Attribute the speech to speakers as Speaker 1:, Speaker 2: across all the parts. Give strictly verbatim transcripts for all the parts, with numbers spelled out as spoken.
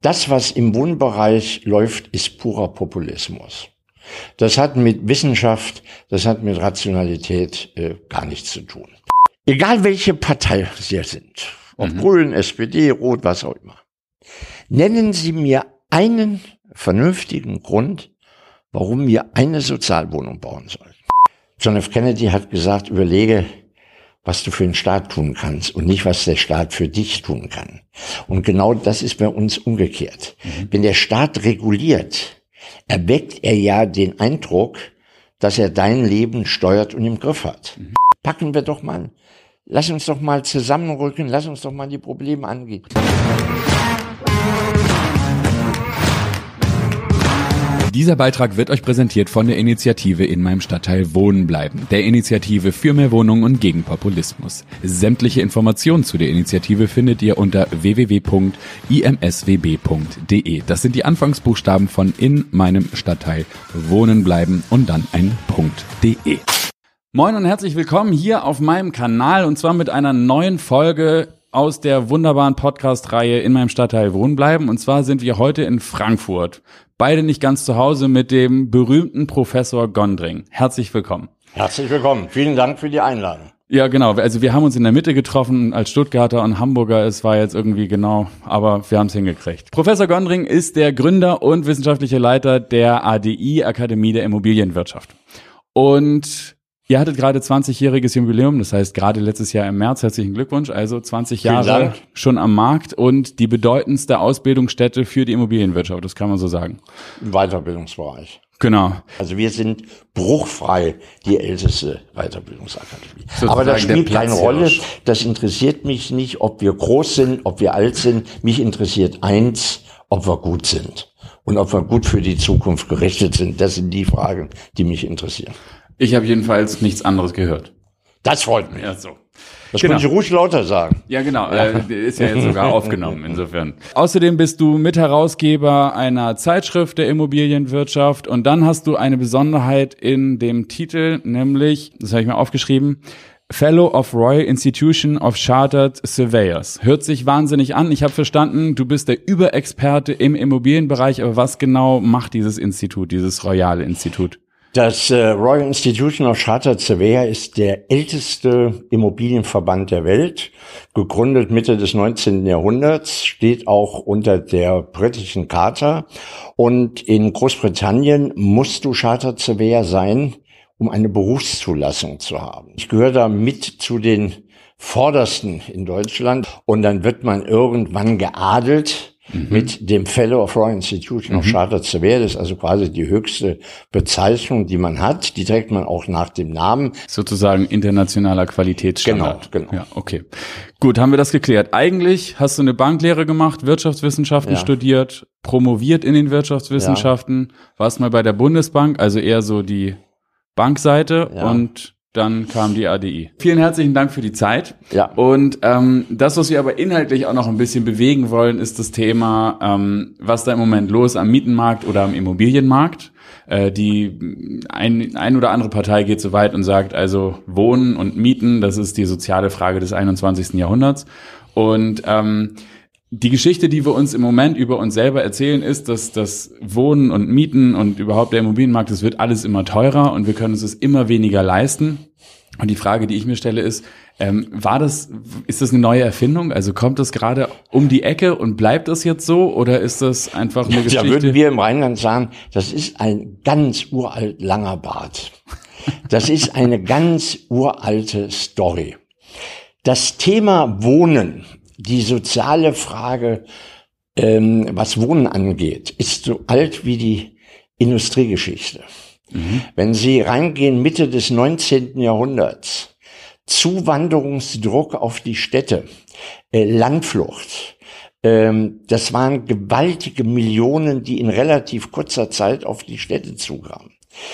Speaker 1: Das, was im Wohnbereich läuft, ist purer Populismus. Das hat mit Wissenschaft, das hat mit Rationalität äh, gar nichts zu tun. Egal welche Partei Sie sind, ob mhm. Grün, S P D, Rot, was auch immer. Nennen Sie mir einen vernünftigen Grund, warum wir eine Sozialwohnung bauen sollen. John F. Kennedy hat gesagt, überlege, was du für den Staat tun kannst und nicht, was der Staat für dich tun kann. Und genau das ist bei uns umgekehrt. Mhm. Wenn der Staat reguliert, erweckt er ja den Eindruck, dass er dein Leben steuert und im Griff hat. Mhm. Packen wir doch mal, lass uns doch mal zusammenrücken, lass uns doch mal die Probleme angehen.
Speaker 2: Dieser Beitrag wird euch präsentiert von der Initiative In meinem Stadtteil Wohnen bleiben, der Initiative für mehr Wohnungen und gegen Populismus. Sämtliche Informationen zu der Initiative findet ihr unter w w w punkt i m s w b punkt d e. Das sind die Anfangsbuchstaben von In meinem Stadtteil Wohnen bleiben und dann ein .de. Moin und herzlich willkommen hier auf meinem Kanal und zwar mit einer neuen Folge aus der wunderbaren Podcast-Reihe In meinem Stadtteil Wohnen bleiben. Und zwar sind wir heute in Frankfurt. Beide nicht ganz zu Hause mit dem berühmten Professor Gondring. Herzlich willkommen.
Speaker 1: Herzlich willkommen. Vielen Dank für die Einladung.
Speaker 2: Ja, genau. Also wir haben uns in der Mitte getroffen als Stuttgarter und Hamburger. Es war jetzt irgendwie genau, aber wir haben es hingekriegt. Professor Gondring ist der Gründer und wissenschaftliche Leiter der A D I, Akademie der Immobilienwirtschaft. Und ihr hattet gerade zwanzigjähriges Jubiläum, das heißt gerade letztes Jahr im März, herzlichen Glückwunsch, also zwanzig Jahre schon am Markt und die bedeutendste Ausbildungsstätte für die Immobilienwirtschaft, das kann man so sagen.
Speaker 1: Im Weiterbildungsbereich.
Speaker 2: Genau.
Speaker 1: Also wir sind bruchfrei die älteste Weiterbildungsakademie. Sozusagen. Aber das spielt keine Rolle, das interessiert mich nicht, ob wir groß sind, ob wir alt sind. Mich interessiert eins, ob wir gut sind und ob wir gut für die Zukunft gerichtet sind. Das sind die Fragen, die mich interessieren.
Speaker 2: Ich habe jedenfalls nichts anderes gehört.
Speaker 1: Das freut mich.
Speaker 2: Ja, so.
Speaker 1: Das genau. Können Sie ruhig lauter sagen.
Speaker 2: Ja, genau. Ja. Äh, ist ja jetzt sogar aufgenommen, insofern. Außerdem bist du Mitherausgeber einer Zeitschrift der Immobilienwirtschaft und dann hast du eine Besonderheit in dem Titel, nämlich, das habe ich mir aufgeschrieben, Fellow of Royal Institution of Chartered Surveyors. Hört sich wahnsinnig an. Ich habe verstanden, du bist der Überexperte im Immobilienbereich, aber was genau macht dieses Institut, dieses Royale Institut?
Speaker 1: Das äh, Royal Institution of Chartered Surveyor ist der älteste Immobilienverband der Welt, gegründet Mitte des neunzehnten Jahrhunderts, steht auch unter der britischen Charta. Und in Großbritannien musst du Chartered Surveyor sein, um eine Berufszulassung zu haben. Ich gehöre da mit zu den Vordersten in Deutschland und dann wird man irgendwann geadelt. Mhm. Mit dem Fellow of Royal Institution of mhm. Chartered Surveyor. Das ist also quasi die höchste Bezeichnung, die man hat. Die trägt man auch nach dem Namen.
Speaker 2: Sozusagen internationaler Qualitätsstandard.
Speaker 1: Genau, genau.
Speaker 2: Ja, okay. Gut, haben wir das geklärt. Eigentlich hast du eine Banklehre gemacht, Wirtschaftswissenschaften ja. studiert, promoviert in den Wirtschaftswissenschaften, ja. warst mal bei der Bundesbank, also eher so die Bankseite ja. und dann kam die A D I. Vielen herzlichen Dank für die Zeit.
Speaker 1: Ja.
Speaker 2: Und ähm, das, was wir aber inhaltlich auch noch ein bisschen bewegen wollen, ist das Thema, ähm, was da im Moment los am Mietenmarkt oder am Immobilienmarkt. Äh, die ein, ein oder andere Partei geht so weit und sagt, also Wohnen und Mieten, das ist die soziale Frage des einundzwanzigsten Jahrhunderts. Und ähm, die Geschichte, die wir uns im Moment über uns selber erzählen, ist, dass das Wohnen und Mieten und überhaupt der Immobilienmarkt, das wird alles immer teurer und wir können uns das immer weniger leisten. Und die Frage, die ich mir stelle, ist, ähm, war das, ist das eine neue Erfindung? Also kommt das gerade um die Ecke und bleibt das jetzt so oder ist das einfach eine Geschichte?
Speaker 1: Da würden wir im Rheinland sagen, das ist ein ganz uralt langer Bart. Das ist eine ganz uralte Story. Das Thema Wohnen, die soziale Frage, ähm, was Wohnen angeht, ist so alt wie die Industriegeschichte. Mhm. Wenn Sie reingehen Mitte des neunzehnten Jahrhunderts, Zuwanderungsdruck auf die Städte, äh, Landflucht, ähm, das waren gewaltige Millionen, die in relativ kurzer Zeit auf die Städte zukamen.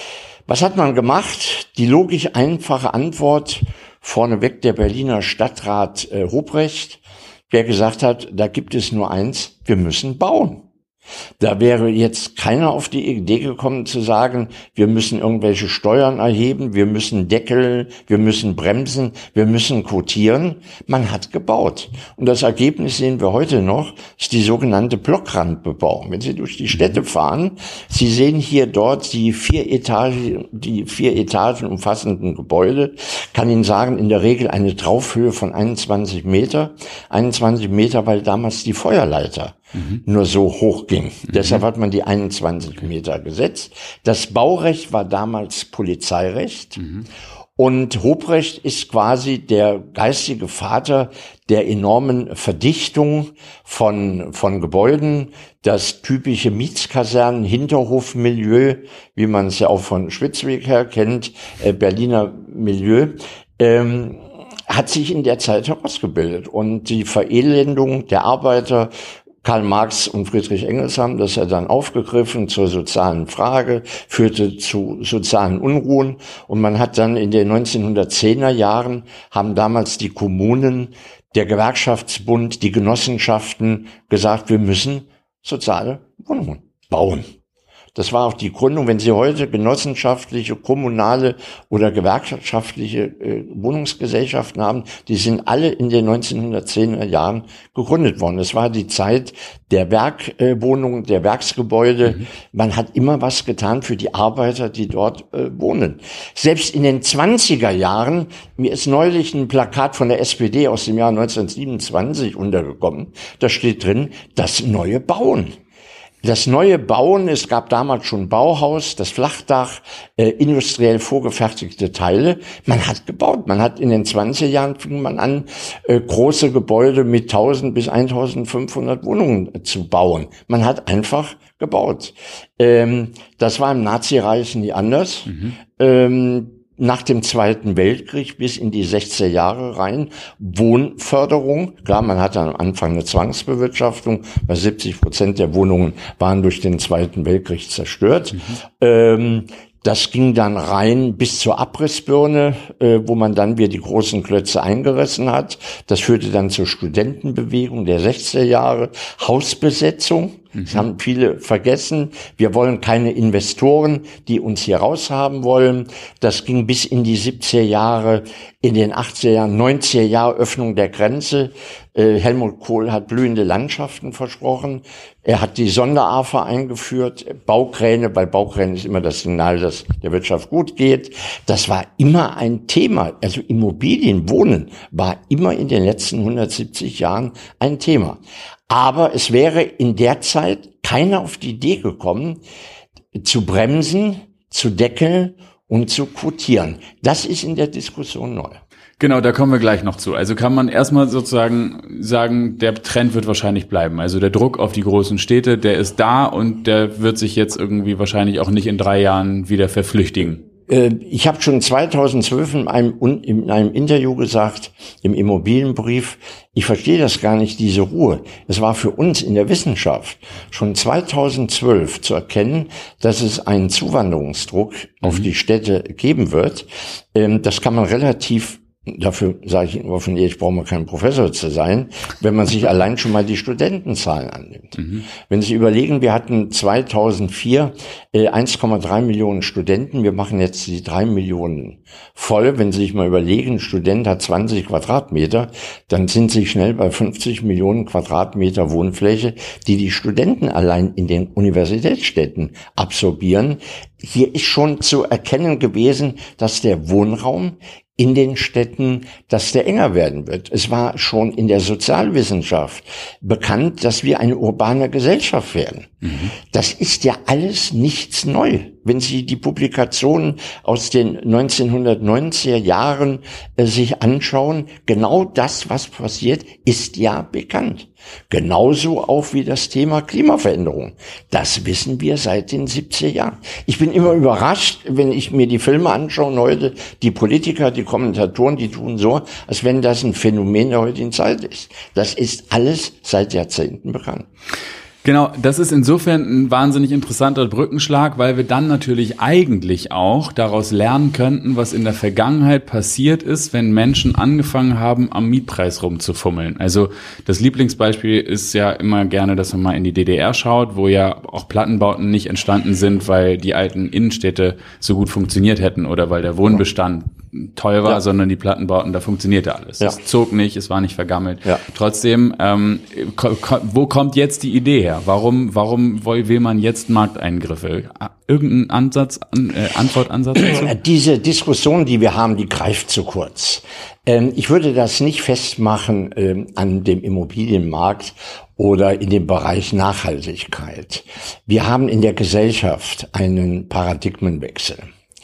Speaker 1: Was hat man gemacht? Die logisch einfache Antwort, vorneweg der Berliner Stadtrat äh, Hobrecht, der gesagt hat, da gibt es nur eins, wir müssen bauen. Da wäre jetzt keiner auf die Idee gekommen zu sagen, wir müssen irgendwelche Steuern erheben, wir müssen deckeln, wir müssen bremsen, wir müssen quotieren. Man hat gebaut. Und das Ergebnis sehen wir heute noch, ist die sogenannte Blockrandbebauung. Wenn Sie durch die Städte fahren, Sie sehen hier dort die vier Etagen, die vier Etagen umfassenden Gebäude, kann Ihnen sagen, in der Regel eine Traufhöhe von einundzwanzig Meter. einundzwanzig Meter, weil damals die Feuerleiter Mhm. nur so hoch ging. Mhm. Deshalb hat man die einundzwanzig Meter gesetzt. Das Baurecht war damals Polizeirecht. Mhm. Und Hobrecht ist quasi der geistige Vater der enormen Verdichtung von, von Gebäuden. Das typische Mietskasernen, Hinterhofmilieu, wie man es ja auch von Schwitzweg her kennt, äh, Berliner Milieu, ähm, hat sich in der Zeit herausgebildet. Und die Verelendung der Arbeiter, Karl Marx und Friedrich Engels haben das ja dann aufgegriffen zur sozialen Frage, führte zu sozialen Unruhen. Und man hat dann in den neunzehnhundertzehner Jahren, haben damals die Kommunen, der Gewerkschaftsbund, die Genossenschaften gesagt, wir müssen soziale Wohnungen bauen. Das war auch die Gründung, wenn Sie heute genossenschaftliche, kommunale oder gewerkschaftliche äh, Wohnungsgesellschaften haben, die sind alle in den neunzehnhundertzehner Jahren gegründet worden. Es war die Zeit der Werkwohnungen, äh, der Werksgebäude. Mhm. Man hat immer was getan für die Arbeiter, die dort äh, wohnen. Selbst in den zwanziger Jahren, mir ist neulich ein Plakat von der S P D aus dem Jahr neunzehnhundertsiebenundzwanzig untergekommen, da steht drin, das neue Bauen. Das neue Bauen, es gab damals schon Bauhaus, das Flachdach, äh, industriell vorgefertigte Teile. Man hat gebaut. Man hat in den zwanziger Jahren fing man an, äh, große Gebäude mit tausend bis eintausendfünfhundert Wohnungen äh, zu bauen. Man hat einfach gebaut. Ähm, das war im Nazireich nie anders. Mhm. Ähm, Nach dem Zweiten Weltkrieg bis in die sechziger Jahre rein Wohnförderung. Klar, man hatte am Anfang eine Zwangsbewirtschaftung, weil siebzig Prozent der Wohnungen waren durch den Zweiten Weltkrieg zerstört. Mhm. Ähm, das ging dann rein bis zur Abrissbirne, äh, wo man dann wieder die großen Klötze eingerissen hat. Das führte dann zur Studentenbewegung der sechziger Jahre. Hausbesetzung. Das haben viele vergessen. Wir wollen keine Investoren, die uns hier raushaben wollen. Das ging bis in die siebziger Jahre, in den achtziger Jahren, neunziger Jahre Öffnung der Grenze. Äh, Helmut Kohl hat blühende Landschaften versprochen. Er hat die Sonderaar eingeführt, Baukräne, weil Baukräne ist immer das Signal, dass der Wirtschaft gut geht. Das war immer ein Thema. Also Immobilien, Wohnen war immer in den letzten hundertsiebzig Jahren ein Thema. Aber es wäre in der Zeit keiner auf die Idee gekommen, zu bremsen, zu deckeln und zu quotieren. Das ist in der Diskussion neu.
Speaker 2: Genau, da kommen wir gleich noch zu. Also kann man erstmal sozusagen sagen, der Trend wird wahrscheinlich bleiben. Also der Druck auf die großen Städte, der ist da und der wird sich jetzt irgendwie wahrscheinlich auch nicht in drei Jahren wieder verflüchtigen.
Speaker 1: Ich habe schon zweitausendzwölf in einem, in einem Interview gesagt, im Immobilienbrief, ich verstehe das gar nicht, diese Ruhe. Es war für uns in der Wissenschaft schon zweitausendzwölf zu erkennen, dass es einen Zuwanderungsdruck mhm. auf die Städte geben wird. Das kann man relativ, dafür sage ich Ihnen offen, ich brauche mal kein Professor zu sein, wenn man sich allein schon mal die Studentenzahlen annimmt. Mhm. Wenn Sie überlegen, wir hatten zweitausendvier äh, eins Komma drei Millionen Studenten, wir machen jetzt die drei Millionen voll. Wenn Sie sich mal überlegen, ein Student hat zwanzig Quadratmeter, dann sind Sie schnell bei fünfzig Millionen Quadratmeter Wohnfläche, die die Studenten allein in den Universitätsstädten absorbieren. Hier ist schon zu erkennen gewesen, dass der Wohnraum in den Städten, dass der enger werden wird. Es war schon in der Sozialwissenschaft bekannt, dass wir eine urbane Gesellschaft werden. Mhm. Das ist ja alles nichts neu. Wenn Sie die Publikationen aus den neunzehnhundertneunziger Jahren äh, sich anschauen, genau das, was passiert, ist ja bekannt. Genauso auch wie das Thema Klimaveränderung. Das wissen wir seit den siebziger Jahren. Ich bin immer überrascht, wenn ich mir die Filme anschaue heute, die Politiker, die Kommentatoren, die tun so, als wenn das ein Phänomen der heutigen Zeit ist. Das ist alles seit Jahrzehnten bekannt.
Speaker 2: Genau, das ist insofern ein wahnsinnig interessanter Brückenschlag, weil wir dann natürlich eigentlich auch daraus lernen könnten, was in der Vergangenheit passiert ist, wenn Menschen angefangen haben, am Mietpreis rumzufummeln. Also das Lieblingsbeispiel ist ja immer gerne, dass man mal in die D D R schaut, wo ja auch Plattenbauten nicht entstanden sind, weil die alten Innenstädte so gut funktioniert hätten oder weil der Wohnbestand teuer war, ja. sondern die Plattenbauten, da funktionierte alles. Ja. Es zog nicht, es war nicht vergammelt. Ja. Trotzdem, ähm, ko- ko- wo kommt jetzt die Idee her? Warum, warum will man jetzt Markteingriffe? Irgendein Ansatz, äh, Antwortansatz dazu?
Speaker 1: Diese Diskussion, die wir haben, die greift zu kurz. Ähm, ich würde das nicht festmachen ähm, an dem Immobilienmarkt oder in dem Bereich Nachhaltigkeit. Wir haben in der Gesellschaft einen Paradigmenwechsel.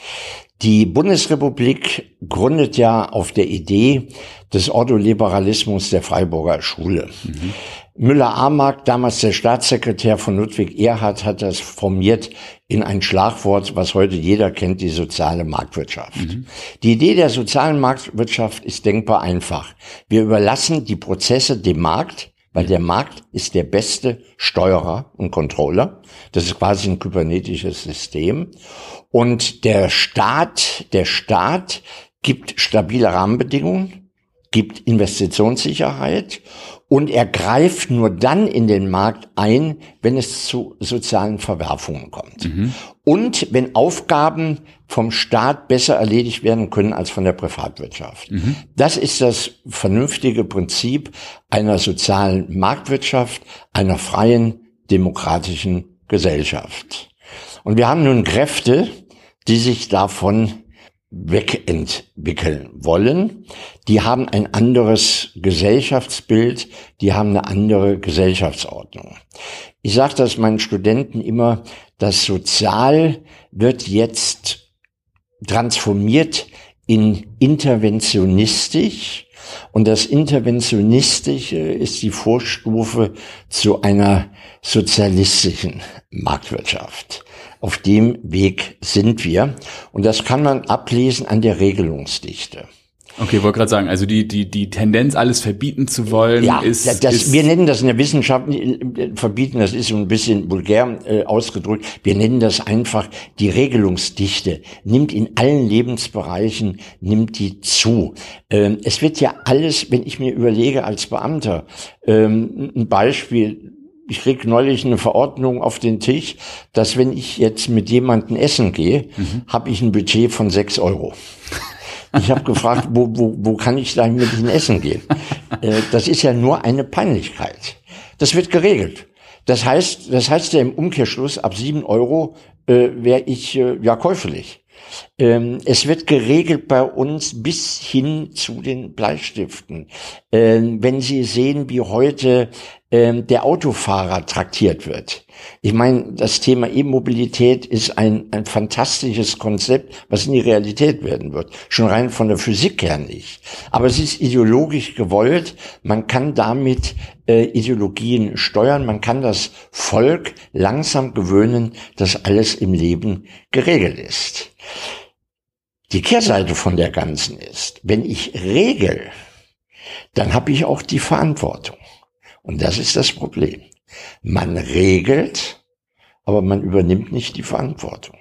Speaker 1: Die Bundesrepublik gründet ja auf der Idee des Ordoliberalismus der Freiburger Schule. Mhm. Müller-Armack, damals der Staatssekretär von Ludwig Erhard, hat das formiert in ein Schlagwort, was heute jeder kennt, die soziale Marktwirtschaft. Mhm. Die Idee der sozialen Marktwirtschaft ist denkbar einfach. Wir überlassen die Prozesse dem Markt, weil der Markt ist der beste Steuerer und Controller. Das ist quasi ein kybernetisches System. Und der Staat, der Staat gibt stabile Rahmenbedingungen, gibt Investitionssicherheit und er greift nur dann in den Markt ein, wenn es zu sozialen Verwerfungen kommt. Mhm. Und wenn Aufgaben vom Staat besser erledigt werden können als von der Privatwirtschaft. Mhm. Das ist das vernünftige Prinzip einer sozialen Marktwirtschaft, einer freien, demokratischen Gesellschaft. Und wir haben nun Kräfte, die sich davon wegentwickeln wollen. Die haben ein anderes Gesellschaftsbild, die haben eine andere Gesellschaftsordnung. Ich sage das meinen Studenten immer, das Sozial wird jetzt transformiert in interventionistisch und das Interventionistische ist die Vorstufe zu einer sozialistischen Marktwirtschaft. Auf dem Weg sind wir und das kann man ablesen an der Regelungsdichte.
Speaker 2: Okay, wollte gerade sagen, also die die die Tendenz, alles verbieten zu wollen,
Speaker 1: ja,
Speaker 2: ist,
Speaker 1: das,
Speaker 2: ist...
Speaker 1: wir nennen das in der Wissenschaft, verbieten, das ist so ein bisschen vulgär äh, ausgedrückt, wir nennen das einfach, die Regelungsdichte nimmt in allen Lebensbereichen, nimmt die zu. Ähm, es wird ja alles, wenn ich mir überlege als Beamter, ähm, ein Beispiel, ich krieg neulich eine Verordnung auf den Tisch, dass wenn ich jetzt mit jemandem essen gehe, mhm. habe ich ein Budget von sechs Euro. Ich habe gefragt, wo, wo, wo kann ich da mit Ihnen essen gehen? Äh, das ist ja nur eine Peinlichkeit. Das wird geregelt. Das heißt, das heißt ja im Umkehrschluss, ab sieben Euro äh, wäre ich äh, ja käuflich. Ähm, es wird geregelt bei uns bis hin zu den Bleistiften. Ähm, wenn Sie sehen, wie heute ähm, der Autofahrer traktiert wird. Ich meine, das Thema E-Mobilität ist ein, ein fantastisches Konzept, was in die Realität werden wird. Schon rein von der Physik her nicht. Aber es ist ideologisch gewollt. Man kann damit äh, Ideologien steuern. Man kann das Volk langsam gewöhnen, dass alles im Leben geregelt ist. Die Kehrseite von der Ganzen ist, wenn ich regel, dann habe ich auch die Verantwortung. Und das ist das Problem. Man regelt, aber man übernimmt nicht die Verantwortung.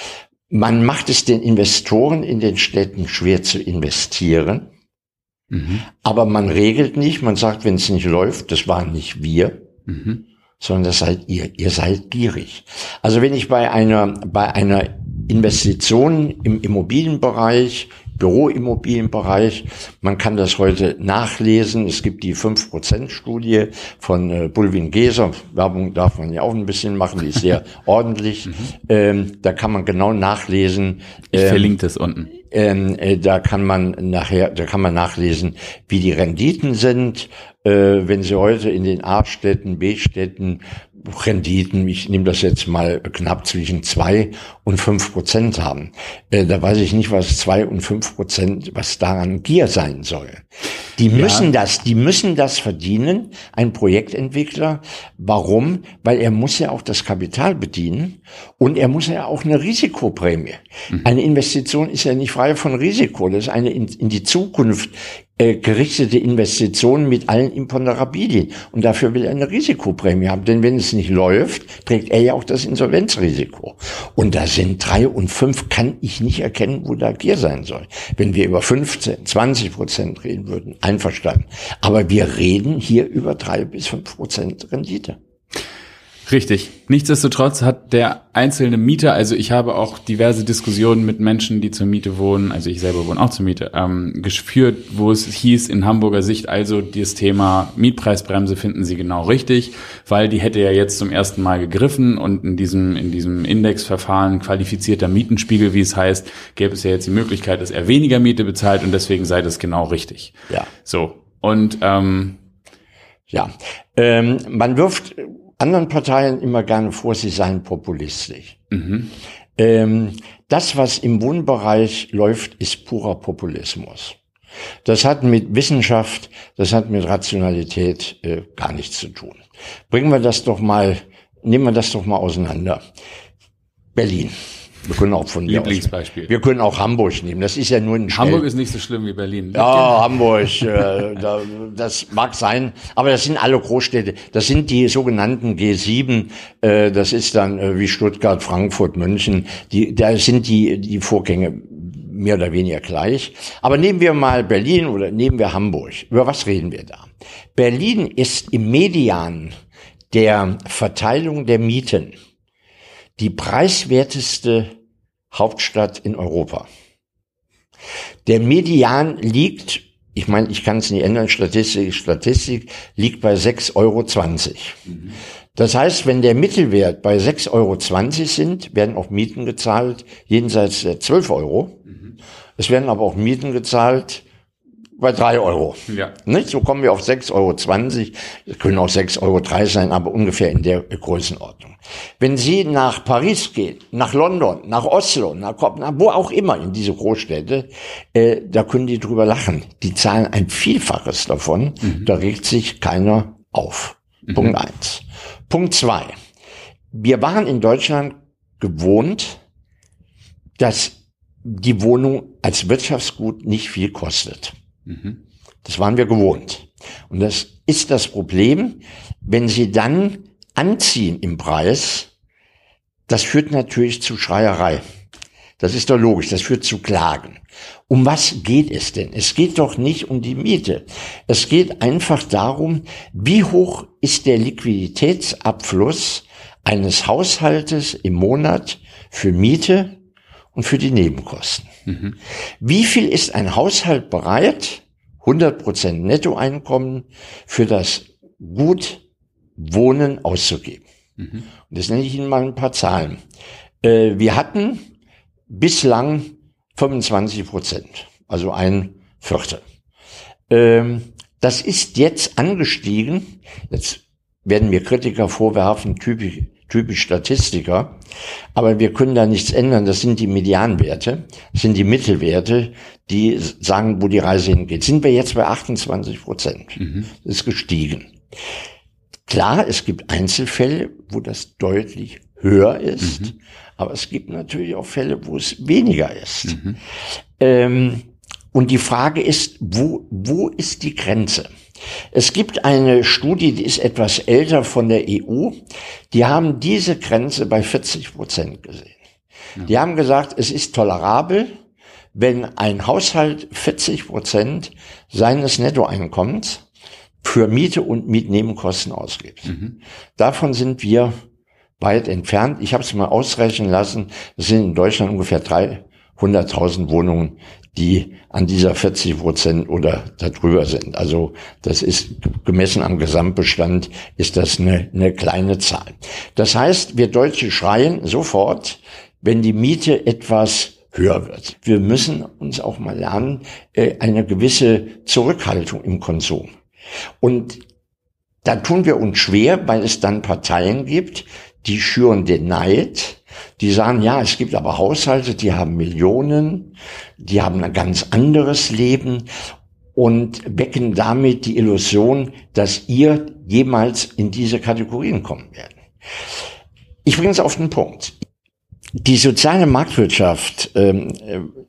Speaker 1: Man macht es den Investoren in den Städten schwer zu investieren, mhm. aber man regelt nicht. Man sagt, wenn es nicht läuft, das waren nicht wir, mhm. sondern das seid ihr. Ihr seid gierig. Also wenn ich bei einer, bei einer Investition im Immobilienbereich, Büroimmobilienbereich, man kann das heute nachlesen. Es gibt die fünf Prozent Studie von äh, Bulwin-Geser. Werbung darf man ja auch ein bisschen machen, die ist sehr ordentlich. Mhm. Ähm, da kann man genau nachlesen.
Speaker 2: Ich ähm, verlinke das unten.
Speaker 1: Ähm, äh, da kann man nachher, da kann man nachlesen, wie die Renditen sind. Äh, wenn Sie heute in den A-Städten, B-Städten Renditen, ich nehme das jetzt mal knapp zwischen zwei und fünf Prozent haben. Äh, da weiß ich nicht, was zwei und fünf Prozent, was daran Gier sein soll. Die ja. müssen das, die müssen das verdienen, ein Projektentwickler. Warum? Weil er muss ja auch das Kapital bedienen und er muss ja auch eine Risikoprämie. Mhm. Eine Investition ist ja nicht frei von Risiko. Das ist eine in, in die Zukunft äh, gerichtete Investitionen mit allen Imponderabilien. Und dafür will er eine Risikoprämie haben. Denn wenn es nicht läuft, trägt er ja auch das Insolvenzrisiko. Und da sind drei und fünf, kann ich nicht erkennen, wo da Gier sein soll. Wenn wir über fünfzehn, zwanzig Prozent reden würden, einverstanden. Aber wir reden hier über drei bis fünf Prozent Rendite.
Speaker 2: Richtig. Nichtsdestotrotz hat der einzelne Mieter, also ich habe auch diverse Diskussionen mit Menschen, die zur Miete wohnen, also ich selber wohne auch zur Miete, ähm, geführt, wo es hieß in Hamburger Sicht, also das Thema Mietpreisbremse finden sie genau richtig, weil die hätte ja jetzt zum ersten Mal gegriffen und in diesem in diesem Indexverfahren qualifizierter Mietenspiegel, wie es heißt, gäbe es ja jetzt die Möglichkeit, dass er weniger Miete bezahlt und deswegen sei das genau richtig.
Speaker 1: Ja.
Speaker 2: So. Und ähm,
Speaker 1: ja, ähm, man wirft anderen Parteien immer gerne vor, sie seien populistisch. Mhm. Ähm, das, was im Wohnbereich läuft, ist purer Populismus. Das hat mit Wissenschaft, das hat mit Rationalität äh, gar nichts zu tun. Bringen wir das doch mal, nehmen wir das doch mal auseinander. Berlin. Wir können auch von
Speaker 2: Lieblingsbeispiel.
Speaker 1: Aus, wir können auch Hamburg nehmen. Das ist ja nur ein
Speaker 2: Hamburg
Speaker 1: Schnell-
Speaker 2: ist nicht so schlimm wie Berlin.
Speaker 1: Ja, Hamburg, äh, da, das mag sein, aber das sind alle Großstädte. Das sind die sogenannten G sieben. Äh, das ist dann äh, wie Stuttgart, Frankfurt, München. Die, da sind die die Vorgänge mehr oder weniger gleich. Aber nehmen wir mal Berlin oder nehmen wir Hamburg. Über was reden wir da? Berlin ist im Median der Verteilung der Mieten die preiswerteste Hauptstadt in Europa. Der Median liegt, ich meine, ich kann es nicht ändern, Statistik, Statistik liegt bei sechs Euro zwanzig. Mhm. Das heißt, wenn der Mittelwert bei sechs Euro zwanzig sind, werden auch Mieten gezahlt jenseits der zwölf Euro. Mhm. Es werden aber auch Mieten gezahlt bei drei Euro. Ja. Nicht? So kommen wir auf sechs Euro zwanzig. Es können auch sechs Euro dreißig sein, aber ungefähr in der Größenordnung. Wenn Sie nach Paris gehen, nach London, nach Oslo, nach Kopenhagen, wo auch immer in diese Großstädte, äh, da können die drüber lachen. Die zahlen ein Vielfaches davon. Mhm. Da regt sich keiner auf. Mhm. Punkt eins. Punkt zwei. Wir waren in Deutschland gewohnt, dass die Wohnung als Wirtschaftsgut nicht viel kostet. Mhm. Das waren wir gewohnt. Und das ist das Problem, wenn Sie dann anziehen im Preis, das führt natürlich zu Schreierei. Das ist doch logisch, das führt zu Klagen. Um was geht es denn? Es geht doch nicht um die Miete. Es geht einfach darum, wie hoch ist der Liquiditätsabfluss eines Haushaltes im Monat für Miete und für die Nebenkosten. Mhm. Wie viel ist ein Haushalt bereit, hundert Prozent Nettoeinkommen, für das Gut Wohnen auszugeben? Mhm. Und das nenne ich Ihnen mal ein paar Zahlen. Äh, wir hatten bislang fünfundzwanzig Prozent, also ein Viertel. Ähm, das ist jetzt angestiegen. Jetzt werden mir Kritiker vorwerfen, typisch, typisch Statistiker. Aber wir können da nichts ändern. Das sind die Medianwerte, das sind die Mittelwerte, die sagen, wo die Reise hingeht. Sind wir jetzt bei achtundzwanzig Prozent. Mhm. Das ist gestiegen. Klar, es gibt Einzelfälle, wo das deutlich höher ist, mhm. aber es gibt natürlich auch Fälle, wo es weniger ist. Mhm. Ähm, und die Frage ist, wo, wo ist die Grenze? Es gibt eine Studie, die ist etwas älter von der E U, die haben diese Grenze bei vierzig Prozent gesehen. Ja. Die haben gesagt, es ist tolerabel, wenn ein Haushalt vierzig Prozent seines Nettoeinkommens für Miete und Mietnebenkosten ausgibt. Mhm. Davon sind wir weit entfernt. Ich habe es mal ausrechnen lassen. Es sind in Deutschland ungefähr dreihunderttausend Wohnungen, die an dieser vierzig Prozent oder darüber sind. Also das ist gemessen am Gesamtbestand ist das eine, eine kleine Zahl. Das heißt, wir Deutsche schreien sofort, wenn die Miete etwas höher wird. Wir müssen uns auch mal lernen, eine gewisse Zurückhaltung im Konsum. Und da tun wir uns schwer, weil es dann Parteien gibt, die schüren den Neid, die sagen, ja, es gibt aber Haushalte, die haben Millionen, die haben ein ganz anderes Leben und wecken damit die Illusion, dass ihr jemals in diese Kategorien kommen werdet. Ich bringe es auf den Punkt. Die soziale Marktwirtschaft ähm,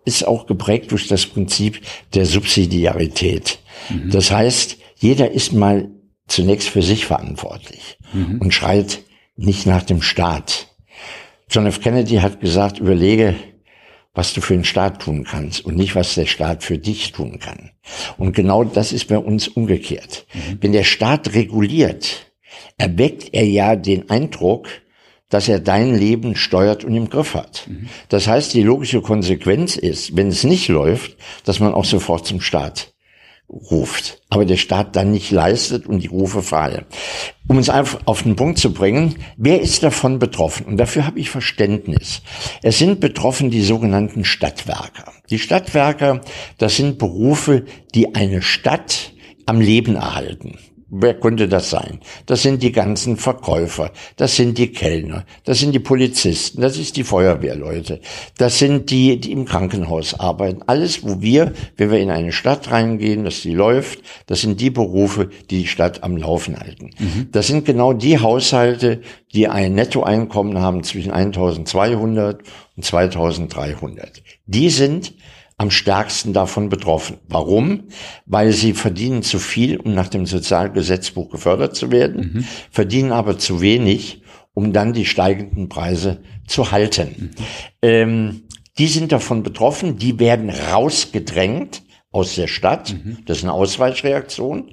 Speaker 1: ist auch geprägt durch das Prinzip der Subsidiarität. Mhm. Das heißt, jeder ist mal zunächst für sich verantwortlich mhm. und schreit nicht nach dem Staat. John F. Kennedy hat gesagt, überlege, was du für den Staat tun kannst und nicht, was der Staat für dich tun kann. Und genau das ist bei uns umgekehrt. Mhm. Wenn der Staat reguliert, erweckt er ja den Eindruck, dass er dein Leben steuert und im Griff hat. Mhm. Das heißt, die logische Konsequenz ist, wenn es nicht läuft, dass man auch sofort zum Staat ruft. Aber der Staat dann nicht leistet und die Rufe fallen. Um es einfach auf den Punkt zu bringen, wer ist davon betroffen? Und dafür habe ich Verständnis. Es sind betroffen die sogenannten Stadtwerker. Die Stadtwerker, das sind Berufe, die eine Stadt am Leben erhalten. Wer könnte das sein? Das sind die ganzen Verkäufer, das sind die Kellner, das sind die Polizisten, das ist die Feuerwehrleute, das sind die, die im Krankenhaus arbeiten. Alles, wo wir, wenn wir in eine Stadt reingehen, dass die läuft, das sind die Berufe, die die Stadt am Laufen halten. Mhm. Das sind genau die Haushalte, die ein Nettoeinkommen haben zwischen eintausendzweihundert und zweitausenddreihundert. Die sind am stärksten davon betroffen. Warum? Weil sie verdienen zu viel, um nach dem Sozialgesetzbuch gefördert zu werden, mhm. verdienen aber zu wenig, um dann die steigenden Preise zu halten. Mhm. Ähm, die sind davon betroffen, die werden rausgedrängt aus der Stadt. Mhm. Das ist eine Ausweichreaktion.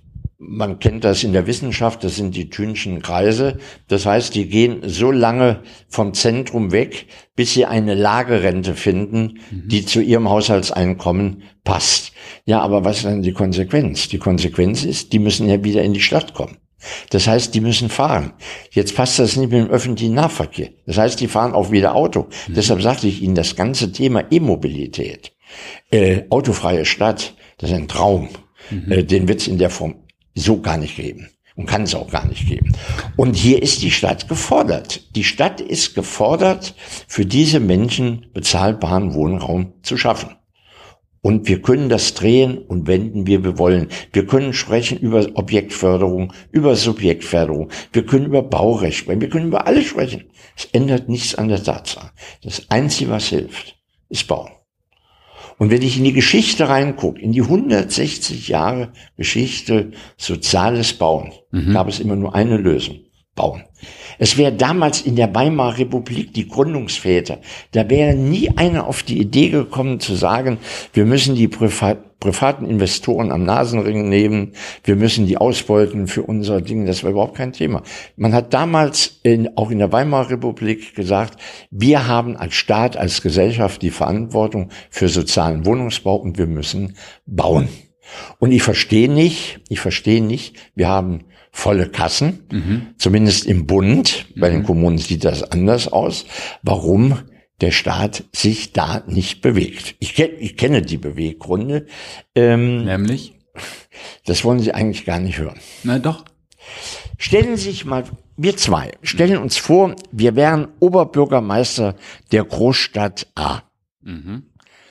Speaker 1: Man kennt das in der Wissenschaft, das sind die Thünschen Kreise. Das heißt, die gehen so lange vom Zentrum weg, bis sie eine Lagerrente finden, mhm. die zu ihrem Haushaltseinkommen passt. Ja, aber was ist dann die Konsequenz? Die Konsequenz ist, die müssen ja wieder in die Stadt kommen. Das heißt, die müssen fahren. Jetzt passt das nicht mit dem öffentlichen Nahverkehr. Das heißt, die fahren auch wieder Auto. Mhm. Deshalb sagte ich Ihnen, das ganze Thema E-Mobilität, äh, autofreie Stadt, das ist ein Traum. Mhm. Äh, den wird es in der Form so gar nicht geben und kann es auch gar nicht geben. Und hier ist die Stadt gefordert. Die Stadt ist gefordert, für diese Menschen bezahlbaren Wohnraum zu schaffen. Und wir können das drehen und wenden, wie wir wollen. Wir können sprechen über Objektförderung, über Subjektförderung. Wir können über Baurecht sprechen. Wir können über alles sprechen. Es ändert nichts an der Tatsache. Das Einzige, was hilft, ist Bauen. Und wenn ich in die Geschichte reingucke, in die hundertsechzig Jahre Geschichte soziales Bauen, mhm. gab es immer nur eine Lösung: Bauen. Es wäre damals in der Weimarer Republik, die Gründungsväter, da wäre nie einer auf die Idee gekommen zu sagen, wir müssen die Privat, privaten Investoren am Nasenring nehmen, wir müssen die ausbeuten für unser Ding. Das war überhaupt kein Thema. Man hat damals in, auch in der Weimarer Republik gesagt, wir haben als Staat, als Gesellschaft die Verantwortung für sozialen Wohnungsbau und wir müssen bauen. Und ich verstehe nicht, ich verstehe nicht, wir haben volle Kassen, mhm. zumindest im Bund. Bei mhm. den Kommunen sieht das anders aus. Warum der Staat sich da nicht bewegt? Ich, ke- ich kenne die Beweggründe. Ähm,
Speaker 2: Nämlich?
Speaker 1: Das wollen Sie eigentlich gar nicht hören.
Speaker 2: Na doch.
Speaker 1: Stellen Sie sich mal, wir zwei, stellen uns vor, wir wären Oberbürgermeister der Großstadt A. Mhm.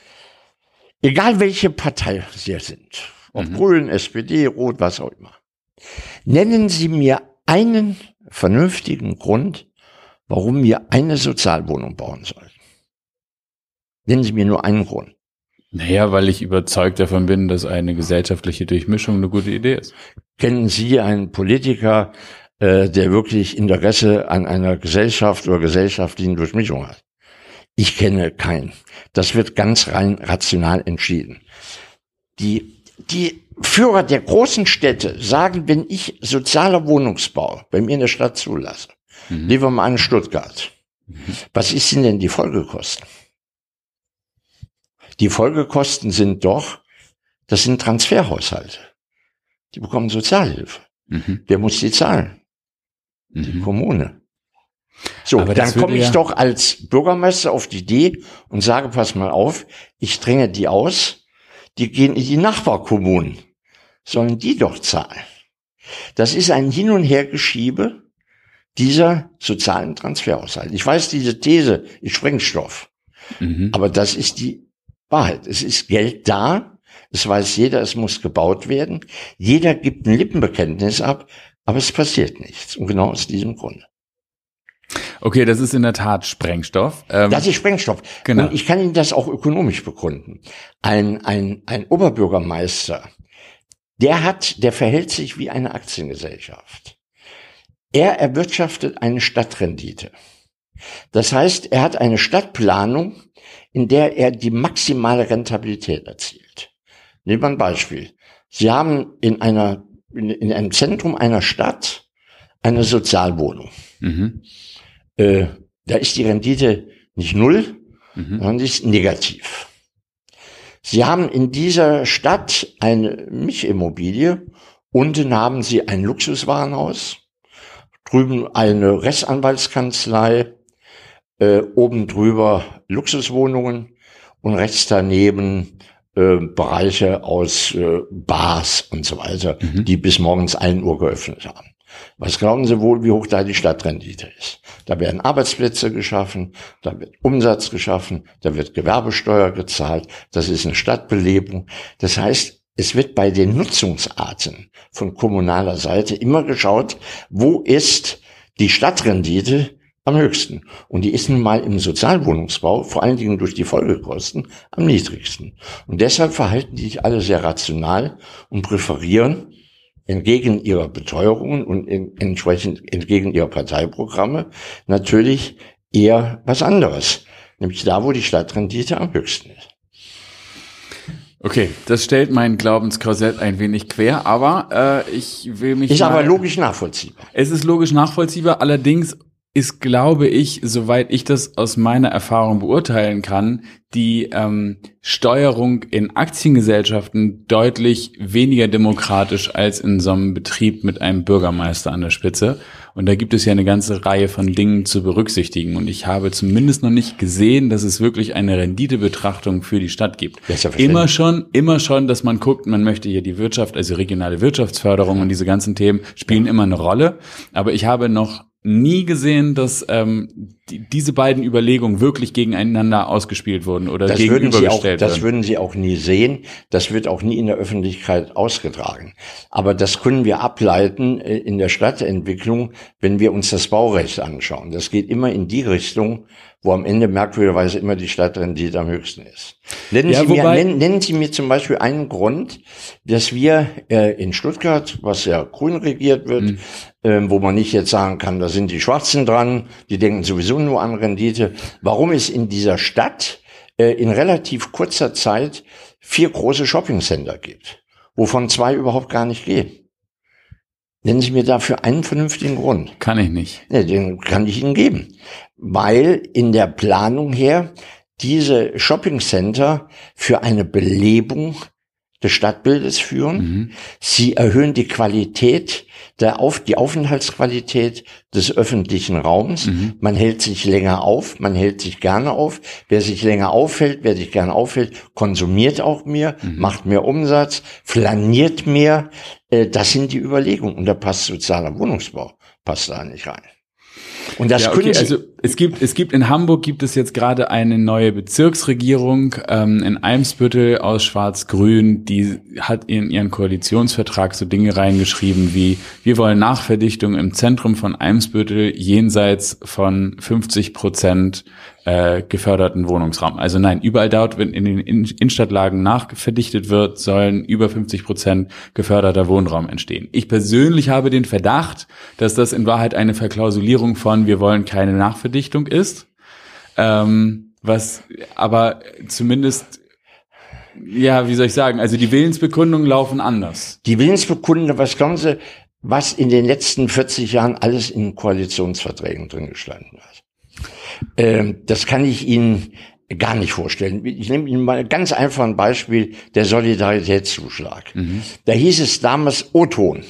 Speaker 1: Egal welche Partei Sie sind, ob mhm. Grün, S P D, Rot, was auch immer. Nennen Sie mir einen vernünftigen Grund, warum wir eine Sozialwohnung bauen sollten. Nennen Sie mir nur einen Grund.
Speaker 2: Naja, weil ich überzeugt davon bin, dass eine gesellschaftliche Durchmischung eine gute Idee ist.
Speaker 1: Kennen Sie einen Politiker, äh, der wirklich Interesse an einer Gesellschaft oder gesellschaftlichen Durchmischung hat? Ich kenne keinen. Das wird ganz rein rational entschieden. Die, die Führer der großen Städte sagen, wenn ich sozialer Wohnungsbau bei mir in der Stadt zulasse, mhm. nehmen wir mal an Stuttgart. Mhm. Was ist denn die Folgekosten? Die Folgekosten sind doch, das sind Transferhaushalte. Die bekommen Sozialhilfe. Mhm. Wer muss die zahlen? Mhm. Die Kommune. So, aber dann komme ich ja doch als Bürgermeister auf die Idee und sage, pass mal auf, ich dränge die aus, die gehen in die Nachbarkommunen. Sollen die doch zahlen. Das ist ein Hin- und Hergeschiebe dieser sozialen Transferhaushalte. Ich weiß, diese These ist Sprengstoff, mhm. aber das ist die Wahrheit. Es ist Geld da, es weiß jeder, es muss gebaut werden. Jeder gibt ein Lippenbekenntnis ab, aber es passiert nichts. Und genau aus diesem Grunde.
Speaker 2: Okay, das ist in der Tat Sprengstoff.
Speaker 1: Ähm, das ist Sprengstoff. Genau. Und ich kann Ihnen das auch ökonomisch begründen. Ein, ein, ein Oberbürgermeister, der hat, der verhält sich wie eine Aktiengesellschaft. Er erwirtschaftet eine Stadtrendite. Das heißt, er hat eine Stadtplanung, in der er die maximale Rentabilität erzielt. Nehmen wir ein Beispiel. Sie haben in einer, in, in einem Zentrum einer Stadt eine Sozialwohnung. Mhm. Äh, da ist die Rendite nicht null, mhm. sondern die ist negativ. Sie haben in dieser Stadt eine Mischimmobilie. Unten haben Sie ein Luxuswarenhaus, drüben eine Rechtsanwaltskanzlei, äh, oben drüber Luxuswohnungen und rechts daneben äh, Bereiche aus äh, Bars und so weiter, mhm. die bis morgens ein Uhr geöffnet haben. Was glauben Sie wohl, wie hoch da die Stadtrendite ist? Da werden Arbeitsplätze geschaffen, da wird Umsatz geschaffen, da wird Gewerbesteuer gezahlt, das ist eine Stadtbelebung. Das heißt, es wird bei den Nutzungsarten von kommunaler Seite immer geschaut, wo ist die Stadtrendite am höchsten. Und die ist nun mal im Sozialwohnungsbau, vor allen Dingen durch die Folgekosten, am niedrigsten. Und deshalb verhalten die sich alle sehr rational und präferieren entgegen ihrer Beteuerungen und in, entsprechend entgegen ihrer Parteiprogramme natürlich eher was anderes. Nämlich da, wo die Stadtrendite am höchsten ist.
Speaker 2: Okay, das stellt mein Glaubenskorsett ein wenig quer, aber äh, ich will mich
Speaker 1: Ist
Speaker 2: mal,
Speaker 1: aber logisch nachvollziehbar.
Speaker 2: Es ist logisch nachvollziehbar, allerdings ist, glaube ich, soweit ich das aus meiner Erfahrung beurteilen kann, die ähm, Steuerung in Aktiengesellschaften deutlich weniger demokratisch als in so einem Betrieb mit einem Bürgermeister an der Spitze. Und da gibt es ja eine ganze Reihe von Dingen zu berücksichtigen. Und ich habe zumindest noch nicht gesehen, dass es wirklich eine Renditebetrachtung für die Stadt gibt. Immer schon, immer schon, dass man guckt, man möchte hier die Wirtschaft, also regionale Wirtschaftsförderung und diese ganzen Themen spielen immer eine Rolle. Aber ich habe noch nie gesehen, dass ähm, die, diese beiden Überlegungen wirklich gegeneinander ausgespielt wurden oder
Speaker 1: das
Speaker 2: gegenübergestellt
Speaker 1: werden. Das würden Sie auch nie sehen. Das wird auch nie in der Öffentlichkeit ausgetragen. Aber das können wir ableiten in der Stadtentwicklung, wenn wir uns das Baurecht anschauen. Das geht immer in die Richtung, wo am Ende merkwürdigerweise immer die Stadtrendite am höchsten ist. Nennen, ja, Sie, mir, nennen, nennen Sie mir zum Beispiel einen Grund, dass wir äh, in Stuttgart, was ja grün regiert wird, mhm. ähm, wo man nicht jetzt sagen kann, da sind die Schwarzen dran, die denken sowieso nur an Rendite. Warum es in dieser Stadt äh, in relativ kurzer Zeit vier große Shoppingcenter gibt, wovon zwei überhaupt gar nicht gehen? Nennen Sie mir dafür einen vernünftigen Grund.
Speaker 2: Kann ich nicht.
Speaker 1: Ja, den kann ich Ihnen geben. Weil in der Planung her diese Shoppingcenter für eine Belebung des Stadtbildes führen. Mhm. Sie erhöhen die Qualität, der auf, die Aufenthaltsqualität des öffentlichen Raums. Mhm. Man hält sich länger auf, man hält sich gerne auf. Wer sich länger aufhält, wer sich gerne aufhält, konsumiert auch mehr, mhm. macht mehr Umsatz, flaniert mehr. Das sind die Überlegungen. Und da passt sozialer Wohnungsbau, passt da nicht rein. Und das
Speaker 2: ja, okay, also es gibt es gibt in Hamburg gibt es jetzt gerade eine neue Bezirksregierung ähm, in Eimsbüttel aus Schwarz-Grün, die hat in ihren Koalitionsvertrag so Dinge reingeschrieben wie: Wir wollen Nachverdichtung im Zentrum von Eimsbüttel jenseits von fünfzig Prozent äh, geförderten Wohnungsraum. Also nein, überall dort, wenn in den Innenstadtlagen nachverdichtet wird, sollen über fünfzig Prozent geförderter Wohnraum entstehen. Ich persönlich habe den Verdacht, dass das in Wahrheit eine Verklausulierung von wir wollen keine Nachverdichtung ist, ähm, was aber zumindest, ja, wie soll ich sagen, also die Willensbekundungen laufen anders.
Speaker 1: Die Willensbekundungen, was glauben Sie, was in den letzten vierzig Jahren alles in Koalitionsverträgen drin gestanden hat? Ähm, das kann ich Ihnen gar nicht vorstellen. Ich nehme Ihnen mal ganz einfach ein Beispiel, der Solidaritätszuschlag. Mhm. Da hieß es damals O-Ton.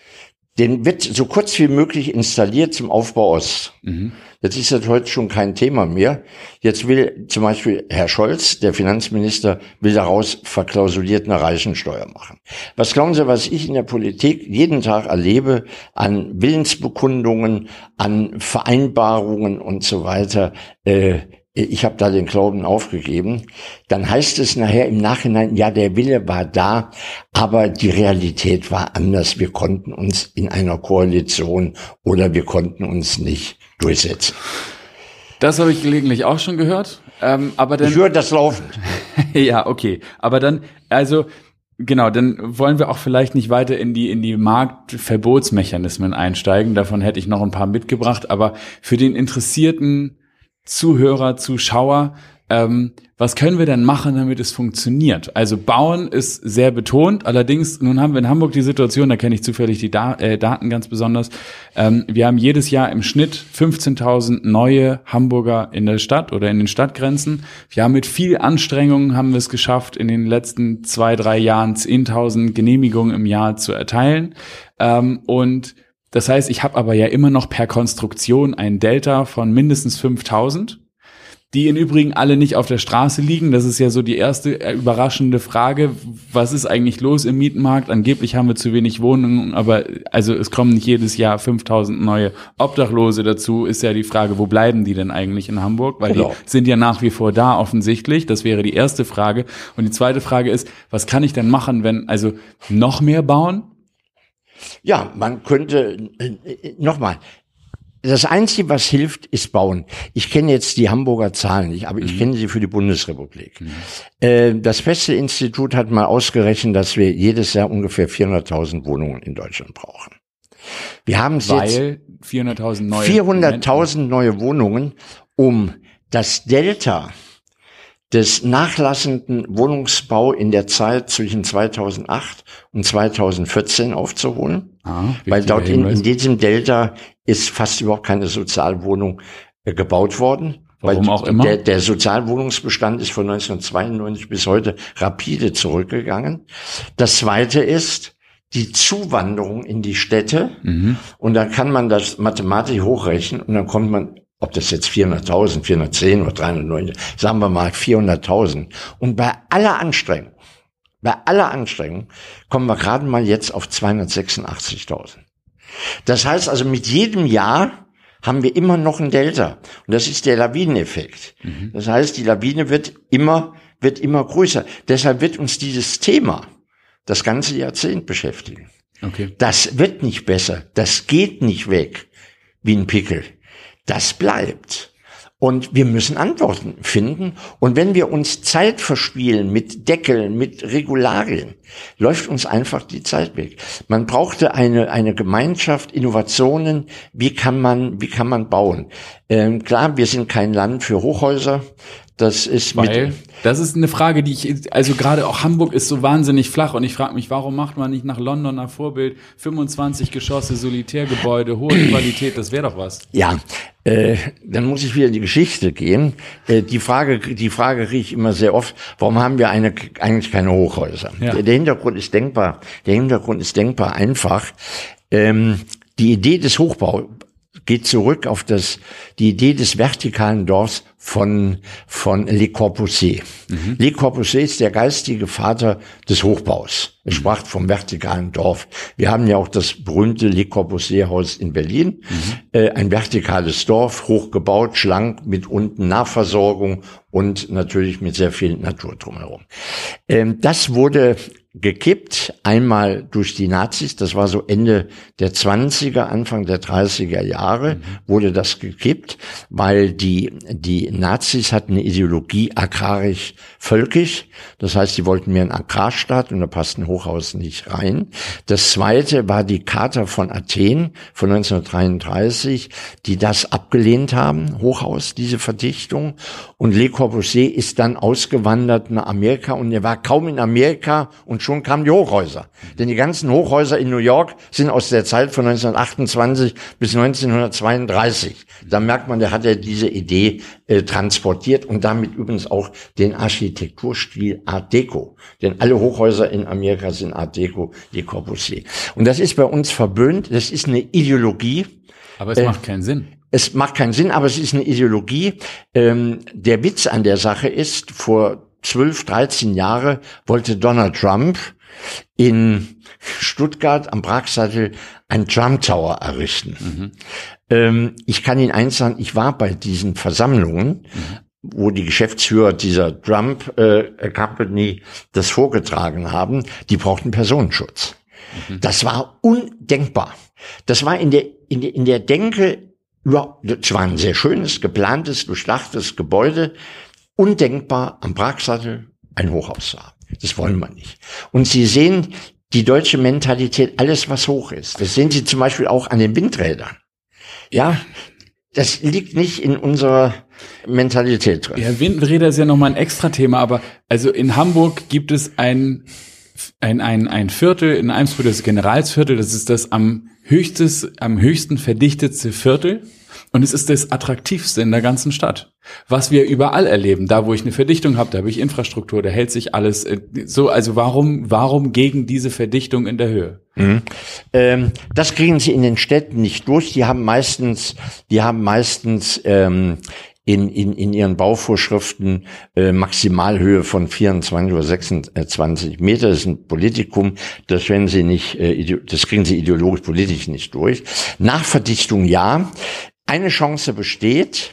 Speaker 1: Den wird so kurz wie möglich installiert zum Aufbau Ost. Mhm. Jetzt ist das heute schon kein Thema mehr. Jetzt will zum Beispiel Herr Scholz, der Finanzminister, will daraus verklausuliert eine Reichensteuer machen. Was glauben Sie, was ich in der Politik jeden Tag erlebe an Willensbekundungen, an Vereinbarungen und so weiter? Äh, ich habe da den Glauben aufgegeben, dann heißt es nachher im Nachhinein, ja, der Wille war da, aber die Realität war anders. Wir konnten uns in einer Koalition oder wir konnten uns nicht durchsetzen.
Speaker 2: Das habe ich gelegentlich auch schon gehört. Ähm, aber dann,
Speaker 1: ich höre das laufend.
Speaker 2: Ja, okay. Aber dann, also genau, dann wollen wir auch vielleicht nicht weiter in die in die Marktverbotsmechanismen einsteigen. Davon hätte ich noch ein paar mitgebracht. Aber für den interessierten Zuhörer, Zuschauer, ähm, was können wir denn machen, damit es funktioniert? Also bauen ist sehr betont. Allerdings, nun haben wir in Hamburg die Situation, da kenne ich zufällig die da- äh, Daten ganz besonders. Ähm, wir haben jedes Jahr im Schnitt fünfzehntausend neue Hamburger in der Stadt oder in den Stadtgrenzen. Wir haben mit viel Anstrengung haben wir es geschafft, in den letzten zwei, drei Jahren zehntausend Genehmigungen im Jahr zu erteilen. Ähm, und das heißt, ich habe aber ja immer noch per Konstruktion ein Delta von mindestens fünftausend. Die im Übrigen alle nicht auf der Straße liegen. Das ist ja so die erste überraschende Frage. Was ist eigentlich los im Mietmarkt? Angeblich haben wir zu wenig Wohnungen, aber also es kommen nicht jedes Jahr fünftausend neue Obdachlose dazu. Ist ja die Frage, wo bleiben die denn eigentlich in Hamburg? Weil
Speaker 1: genau.
Speaker 2: Die sind ja nach wie vor da offensichtlich. Das wäre die erste Frage. Und die zweite Frage ist, was kann ich denn machen, wenn also noch mehr bauen?
Speaker 1: Ja, man könnte, äh, nochmal, das Einzige, was hilft, ist bauen. Ich kenne jetzt die Hamburger Zahlen nicht, aber ich mhm. kenne sie für die Bundesrepublik. Mhm. Äh, das Feste-Institut hat mal ausgerechnet, dass wir jedes Jahr ungefähr vierhunderttausend Wohnungen in Deutschland brauchen. Wir haben
Speaker 2: Weil vierhunderttausend neue
Speaker 1: vierhunderttausend neue Wohnungen, um das Delta des nachlassenden Wohnungsbau in der Zeit zwischen zweitausendacht und zweitausendvierzehn aufzuholen. Ah, weil dort in, in diesem Delta ist fast überhaupt keine Sozialwohnung äh, gebaut worden.
Speaker 2: Warum
Speaker 1: weil
Speaker 2: auch immer?
Speaker 1: Der, der Sozialwohnungsbestand ist von neunzehnhundertzweiundneunzig bis heute rapide zurückgegangen. Das Zweite ist die Zuwanderung in die Städte. Mhm. Und dann kann man das mathematisch hochrechnen und dann kommt man, ob das jetzt vierhunderttausend, vierhundertzehn oder dreihundertneunzig, sagen wir mal vierhunderttausend. Und bei aller Anstrengung, bei aller Anstrengung kommen wir gerade mal jetzt auf zweihundertsechsundachtzigtausend. Das heißt also, mit jedem Jahr haben wir immer noch ein Delta. Und das ist der Lawineneffekt. Mhm. Das heißt, die Lawine wird immer, wird immer größer. Deshalb wird uns dieses Thema das ganze Jahrzehnt beschäftigen.
Speaker 2: Okay.
Speaker 1: Das wird nicht besser. Das geht nicht weg wie ein Pickel. Das bleibt. Und wir müssen Antworten finden. Und wenn wir uns Zeit verspielen mit Deckeln, mit Regularien, läuft uns einfach die Zeit weg. Man brauchte eine, eine Gemeinschaft, Innovationen. Wie kann man, wie kann man bauen? Ähm, klar, wir sind kein Land für Hochhäuser. Das ist
Speaker 2: Weil,
Speaker 1: mit,
Speaker 2: das ist eine Frage, die ich, also gerade auch Hamburg ist so wahnsinnig flach und ich frage mich, warum macht man nicht nach Londoner Vorbild fünfundzwanzig Geschosse, Solitärgebäude, hohe Qualität, das wäre doch was.
Speaker 1: Ja, äh, dann muss ich wieder in die Geschichte gehen. Äh, die Frage, die Frage kriege ich immer sehr oft, warum haben wir eine, eigentlich keine Hochhäuser? Ja. Der, der Hintergrund ist denkbar, der Hintergrund ist denkbar einfach. Ähm, die Idee des Hochbaus geht zurück auf das, die Idee des vertikalen Dorfs von, von Le Corbusier. Mhm. Le Corbusier ist der geistige Vater des Hochbaus. Er mhm. sprach vom vertikalen Dorf. Wir haben ja auch das berühmte Le Corbusier-Haus in Berlin. Mhm. Äh, ein vertikales Dorf, hochgebaut, schlank, mit unten Nahversorgung und natürlich mit sehr viel Natur drumherum. Ähm, das wurde gekippt, einmal durch die Nazis, das war so Ende der zwanziger, Anfang der dreißiger Jahre, mhm. wurde das gekippt, weil die die Nazis hatten eine Ideologie agrarisch-völkisch, das heißt, sie wollten mehr einen Agrarstaat und da passt ein Hochhaus nicht rein. Das zweite war die Charta von Athen von neunzehnhundertdreiunddreißig, die das abgelehnt haben, Hochhaus, diese Verdichtung, und Le Corbusier ist dann ausgewandert nach Amerika und er war kaum in Amerika und schon kamen die Hochhäuser. Denn die ganzen Hochhäuser in New York sind aus der Zeit von neunzehnhundertachtundzwanzig bis neunzehnhundertzweiunddreißig. Da merkt man, der hat ja diese Idee äh, transportiert und damit übrigens auch den Architekturstil Art Deco. Denn alle Hochhäuser in Amerika sind Art Deco, Le Corbusier. Und das ist bei uns verböhnt, das ist eine Ideologie.
Speaker 2: Aber es äh, macht keinen Sinn.
Speaker 1: Es macht keinen Sinn, aber es ist eine Ideologie. Ähm, der Witz an der Sache ist, vor zwölf, dreizehn Jahre wollte Donald Trump in Stuttgart am Pragsattel einen Trump Tower errichten. Mhm. Ähm, ich kann Ihnen eins sagen, ich war bei diesen Versammlungen, mhm. wo die Geschäftsführer dieser Trump äh, Company das vorgetragen haben, die brauchten Personenschutz. Mhm. Das war undenkbar. Das war in der in der in der Denke über, das war ein sehr schönes, geplantes, durchdachtes Gebäude, undenkbar am Pragsattel ein Hochhaus zu haben. Das wollen wir nicht. Und Sie sehen die deutsche Mentalität, alles was hoch ist. Das sehen Sie zum Beispiel auch an den Windrädern. Ja, das liegt nicht in unserer Mentalität drin.
Speaker 2: Ja, Windräder ist ja nochmal ein extra Thema, aber also in Hamburg gibt es ein, ein, ein, ein Viertel, in Eimsbüttel das Generalsviertel, das ist das am höchstes, am höchsten verdichtetste Viertel. Und es ist das attraktivste in der ganzen Stadt. Was wir überall erleben, da wo ich eine Verdichtung habe, da habe ich Infrastruktur, da hält sich alles äh, so. Also warum, warum gegen diese Verdichtung in der Höhe?
Speaker 1: Mhm. Ähm, das kriegen Sie in den Städten nicht durch. Die haben meistens, die haben meistens ähm, in, in, in ihren Bauvorschriften äh, Maximalhöhe von vierundzwanzig oder sechsundzwanzig Meter. Das ist ein Politikum. Das werden Sie nicht, äh, das kriegen Sie ideologisch politisch nicht durch. Nachverdichtung ja. Eine Chance besteht.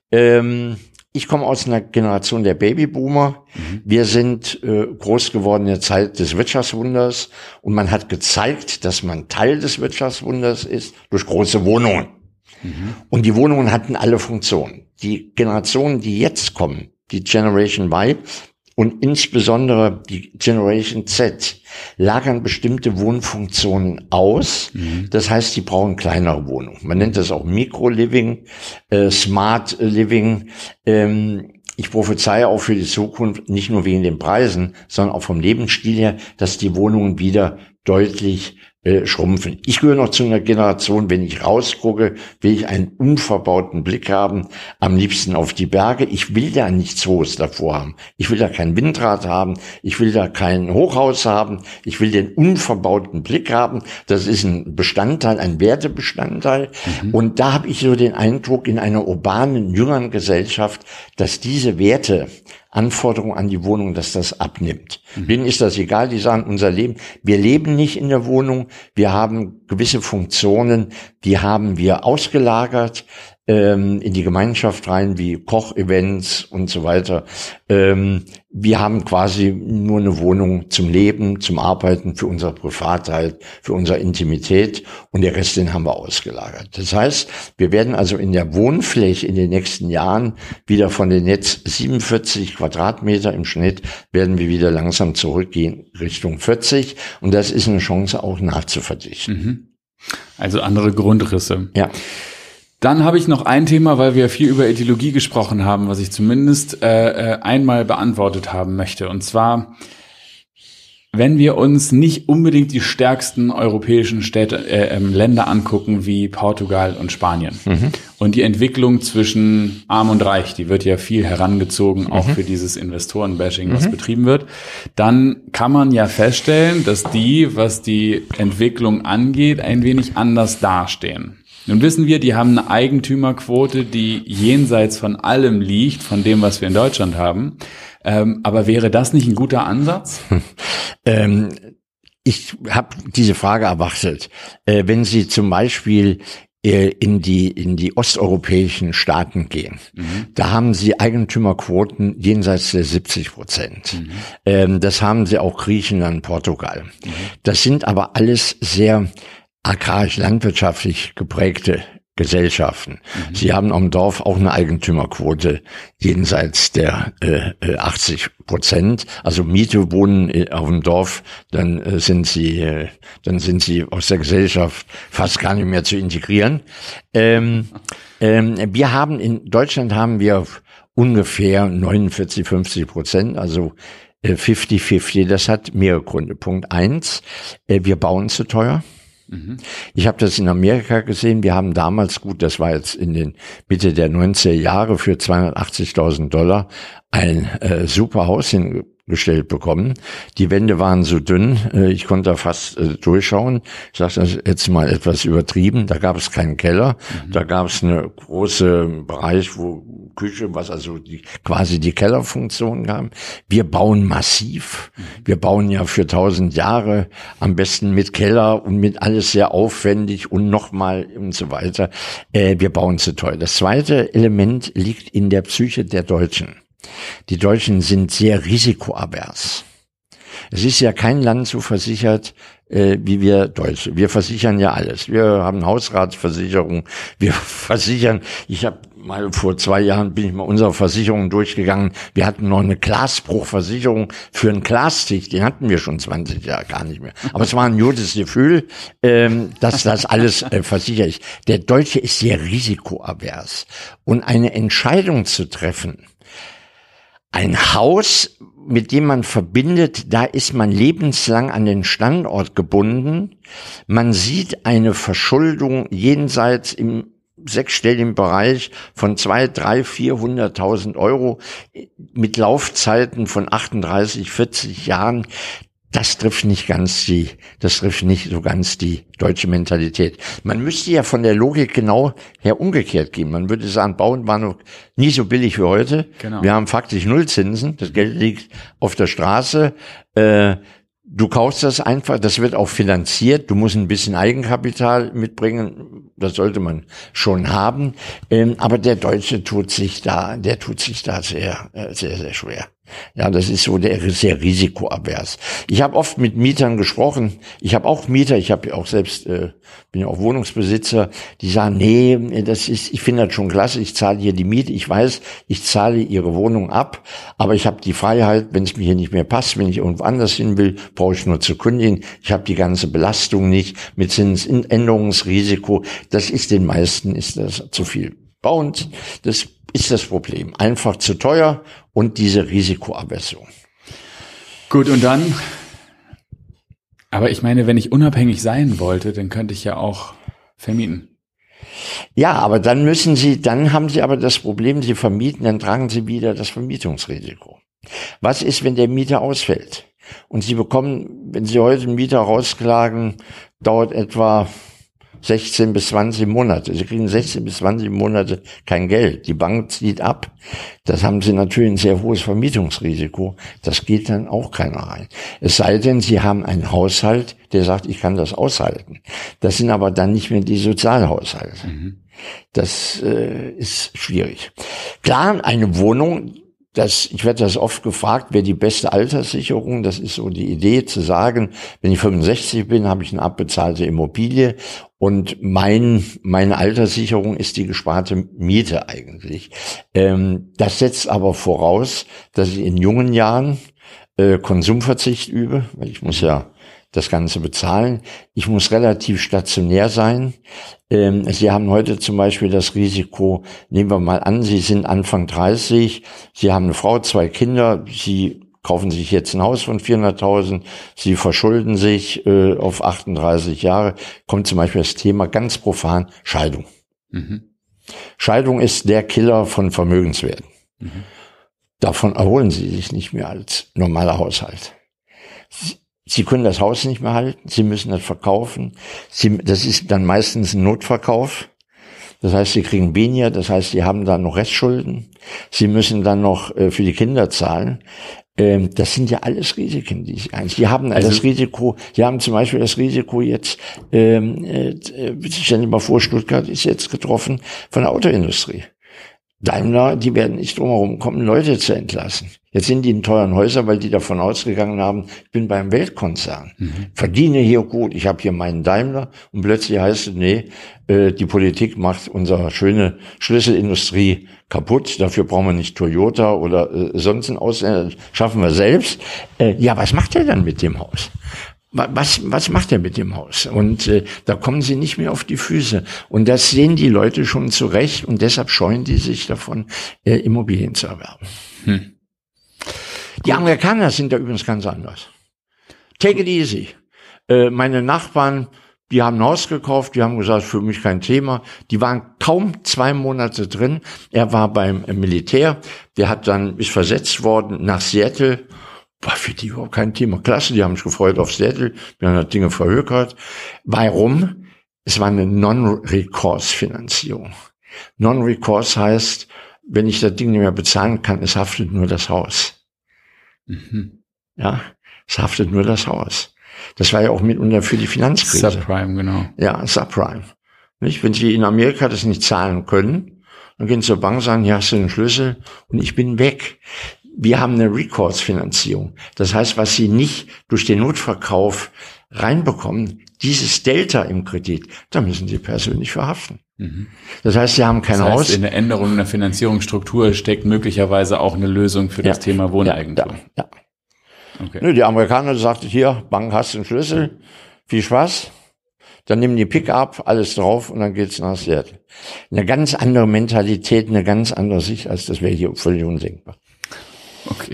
Speaker 1: Ähm, ich komme aus einer Generation der Babyboomer. Mhm. Wir sind äh, groß geworden in der Zeit des Wirtschaftswunders und man hat gezeigt, dass man Teil des Wirtschaftswunders ist durch große Wohnungen. Mhm. Und die Wohnungen hatten alle Funktionen. Die Generationen, die jetzt kommen, die Generation Y und insbesondere die Generation Z, lagern bestimmte Wohnfunktionen aus. Mhm. Das heißt, die brauchen kleinere Wohnungen. Man nennt das auch Micro-Living, äh, Smart Living. Ähm, ich prophezeie auch für die Zukunft, nicht nur wegen den Preisen, sondern auch vom Lebensstil her, dass die Wohnungen wieder deutlich äh, schrumpfen. Ich gehöre noch zu einer Generation, wenn ich rausgucke, will ich einen unverbauten Blick haben, am liebsten auf die Berge. Ich will da nichts Hohes davor haben. Ich will da kein Windrad haben. Ich will da kein Hochhaus haben. Ich will den unverbauten Blick haben. Das ist ein Bestandteil, ein Wertebestandteil. Mhm. Und da habe ich so den Eindruck, in einer urbanen, jüngeren Gesellschaft, dass diese Werte, Anforderungen an die Wohnung, dass das abnimmt. Mhm. Denen ist das egal, die sagen, unser Leben, wir leben nicht in der Wohnung, wir haben gewisse Funktionen, die haben wir ausgelagert ähm, in die Gemeinschaft rein, wie Kochevents und so weiter. Ähm, wir haben quasi nur eine Wohnung zum Leben, zum Arbeiten, für unser Privatheit, für unsere Intimität und der Rest, den haben wir ausgelagert. Das heißt, wir werden also in der Wohnfläche in den nächsten Jahren wieder von den jetzt siebenundvierzig Quadratmeter im Schnitt, werden wir wieder langsam zurückgehen Richtung vierzig und das ist eine Chance auch nachzuverdichten.
Speaker 2: Mhm. Also andere Grundrisse.
Speaker 1: Ja.
Speaker 2: Dann habe ich noch ein Thema, weil wir viel über Ideologie gesprochen haben, was ich zumindest äh, einmal beantwortet haben möchte. Und zwar, wenn wir uns nicht unbedingt die stärksten europäischen Städte, äh, ähm, Länder angucken, wie Portugal und Spanien. Mhm. Und die Entwicklung zwischen Arm und Reich, die wird ja viel herangezogen, mhm. auch für dieses Investorenbashing, mhm. was betrieben wird, dann kann man ja feststellen, dass die, was die Entwicklung angeht, ein wenig anders dastehen. Nun wissen wir, die haben eine Eigentümerquote, die jenseits von allem liegt, von dem, was wir in Deutschland haben. Ähm, aber wäre das nicht ein guter Ansatz?
Speaker 1: ähm, ich habe diese Frage erwartet. Äh, wenn Sie zum Beispiel äh, in die in die osteuropäischen Staaten gehen, mhm. da haben Sie Eigentümerquoten jenseits der siebzig Prozent. Mhm. Ähm, das haben Sie auch Griechenland, Portugal. Mhm. Das sind aber alles sehr agrarisch landwirtschaftlich geprägte Gesellschaften. Mhm. Sie haben am Dorf auch eine Eigentümerquote jenseits der äh, achtzig Prozent. Also Miete, wohnen auf dem Dorf, dann äh, sind sie, äh, dann sind sie aus der Gesellschaft fast gar nicht mehr zu integrieren. Ähm, ähm, wir haben in Deutschland haben wir ungefähr neunundvierzig, fünfzig Prozent, also fünfzig fünfzig. Das hat mehrere Gründe. Punkt eins: äh, Wir bauen zu teuer. Ich habe das in Amerika gesehen. Wir haben damals, gut, das war jetzt in den Mitte der neunziger Jahre, für zweihundertachtzigtausend Dollar ein äh, super Haus hingestellt bekommen. Die Wände waren so dünn, äh, ich konnte da fast äh, durchschauen. Ich sage das jetzt mal etwas übertrieben. Da gab es keinen Keller. Mhm. Da gab es eine große Bereich, wo Küche, was also die, quasi die Kellerfunktion haben. Wir bauen massiv. Wir bauen ja für tausend Jahre, am besten mit Keller und mit alles sehr aufwendig und nochmal und so weiter. Äh, wir bauen zu teuer. Das zweite Element liegt in der Psyche der Deutschen. Die Deutschen sind sehr risikoavers. Es ist ja kein Land so versichert äh, wie wir Deutsche. Wir versichern ja alles. Wir haben Hausratsversicherung. Wir versichern. Ich habe mal vor zwei Jahren bin ich mal unsere Versicherungen durchgegangen. Wir hatten noch eine Glasbruchversicherung für einen Glastisch. Den hatten wir schon zwanzig Jahre gar nicht mehr. Aber es war ein gutes Gefühl, ähm, dass das alles äh, versichert ist. Der Deutsche ist sehr risikoavers. Und eine Entscheidung zu treffen, ein Haus, mit dem man verbindet, da ist man lebenslang an den Standort gebunden. Man sieht eine Verschuldung jenseits im sechsstelligen Bereich von zwei, drei, vierhunderttausend Euro mit Laufzeiten von achtunddreißig, vierzig Jahren. Das trifft nicht ganz die, das trifft nicht so ganz die deutsche Mentalität. Man müsste ja von der Logik genau her umgekehrt gehen. Man würde sagen, Bauen war noch nie so billig wie heute. Genau. Wir haben faktisch Nullzinsen. Das Geld liegt auf der Straße. Äh, du kaufst das einfach. Das wird auch finanziert. Du musst ein bisschen Eigenkapital mitbringen. Das sollte man schon haben. Ähm, aber der Deutsche tut sich da, der tut sich da sehr, äh, sehr, sehr schwer. Ja, das ist so, der ist sehr risikoavers. Ich habe oft mit Mietern gesprochen. Ich habe auch Mieter, ich habe auch selbst, äh, bin ja auch Wohnungsbesitzer, die sagen, nee, das ist, ich finde das schon klasse, ich zahle hier die Miete, ich weiß, ich zahle ihre Wohnung ab, aber ich habe die Freiheit, wenn es mir hier nicht mehr passt, wenn ich irgendwo anders hin will, brauche ich nur zu kündigen. Ich habe die ganze Belastung nicht mit Zinsänderungsrisiko. Das ist den meisten, ist das zu viel. Bei uns, das ist das Problem. Einfach zu teuer und diese Risikoaversion.
Speaker 2: Gut, und dann, aber ich meine, wenn ich unabhängig sein wollte, dann könnte ich ja auch vermieten.
Speaker 1: Ja, aber dann müssen Sie, dann haben Sie aber das Problem, Sie vermieten, dann tragen Sie wieder das Vermietungsrisiko. Was ist, wenn der Mieter ausfällt? Und Sie bekommen, wenn Sie heute einen Mieter rausklagen, dauert etwa sechzehn bis zwanzig Monate. Sie kriegen sechzehn bis zwanzig Monate kein Geld. Die Bank zieht ab. Das haben Sie natürlich ein sehr hohes Vermietungsrisiko. Das geht dann auch keiner rein. Es sei denn, Sie haben einen Haushalt, der sagt, ich kann das aushalten. Das sind aber dann nicht mehr die Sozialhaushalte. Mhm. Das äh, ist schwierig. Klar, eine Wohnung, das, ich werde das oft gefragt, wer die beste Alterssicherung, das ist so die Idee zu sagen, wenn ich fünfundsechzig bin, habe ich eine abbezahlte Immobilie und mein, meine Alterssicherung ist die gesparte Miete eigentlich. Ähm, das setzt aber voraus, dass ich in jungen Jahren äh, Konsumverzicht übe, weil ich muss ja das Ganze bezahlen. Ich muss relativ stationär sein. Ähm, Sie haben heute zum Beispiel das Risiko, nehmen wir mal an, Sie sind Anfang dreißig, Sie haben eine Frau, zwei Kinder, Sie kaufen sich jetzt ein Haus von vierhunderttausend, Sie verschulden sich äh, auf achtunddreißig Jahre, kommt zum Beispiel das Thema ganz profan Scheidung. Mhm. Scheidung ist der Killer von Vermögenswerten. Mhm. Davon erholen Sie sich nicht mehr als normaler Haushalt. Sie, Sie können das Haus nicht mehr halten, Sie müssen das verkaufen. Sie, das ist dann meistens ein Notverkauf. Das heißt, Sie kriegen weniger, das heißt, Sie haben dann noch Restschulden. Sie müssen dann noch äh, für die Kinder zahlen. Ähm, das sind ja alles Risiken, die Sie eigentlich. Sie haben also das Risiko, Sie haben zum Beispiel das Risiko jetzt, ähm, äh, stellen Sie mal vor, Stuttgart ist jetzt getroffen von der Autoindustrie. Daimler, die werden nicht drum herum kommen, Leute zu entlassen. Jetzt sind die in teuren Häusern, weil die davon ausgegangen haben, ich bin beim Weltkonzern, mhm. verdiene hier gut, ich habe hier meinen Daimler und plötzlich heißt es, nee, äh, die Politik macht unsere schöne Schlüsselindustrie kaputt, dafür brauchen wir nicht Toyota oder äh, sonst ein Ausländer, schaffen wir selbst. Äh, ja, was macht er dann mit dem Haus? Was, was macht er mit dem Haus? Und äh, da kommen sie nicht mehr auf die Füße. Und das sehen die Leute schon zurecht und deshalb scheuen die sich davon, äh, Immobilien zu erwerben. Hm. Die Amerikaner sind da übrigens ganz anders. Take it easy. Äh, meine Nachbarn, die haben ein Haus gekauft, die haben gesagt, für mich kein Thema. Die waren kaum zwei Monate drin. Er war beim Militär, der hat dann, ist versetzt worden nach Seattle. War für die überhaupt kein Thema. Klasse, die haben sich gefreut auf Seattle, wir haben Dinge verhökert. Warum? Es war eine Non-Recourse-Finanzierung. Non-Recourse heißt, wenn ich das Ding nicht mehr bezahlen kann, es haftet nur das Haus. Mhm. Ja, es haftet nur das Haus. Das war ja auch mitunter für die Finanzkrise.
Speaker 2: Subprime, genau.
Speaker 1: Ja, Subprime. Nicht? Wenn Sie in Amerika das nicht zahlen können, dann gehen Sie zur Bank und sagen, hier hast du den Schlüssel und ich bin weg. Wir haben eine Recourse-Finanzierung. Das heißt, was Sie nicht durch den Notverkauf reinbekommen, dieses Delta im Kredit, da müssen Sie persönlich verhaften. Mhm. Das heißt, Sie haben kein
Speaker 2: das heißt,
Speaker 1: Haus.
Speaker 2: In der Änderung der Finanzierungsstruktur steckt möglicherweise auch eine Lösung für das
Speaker 1: ja,
Speaker 2: Thema Wohneigentum.
Speaker 1: Ja, ja.
Speaker 2: Okay.
Speaker 1: Nö, die Amerikaner sagten, hier, Bank, hast du den Schlüssel, viel Spaß. Dann nehmen die Pick-up, alles drauf und dann geht's nach Seattle. Eine ganz andere Mentalität, eine ganz andere Sicht, als das wäre hier völlig undenkbar.
Speaker 2: Okay.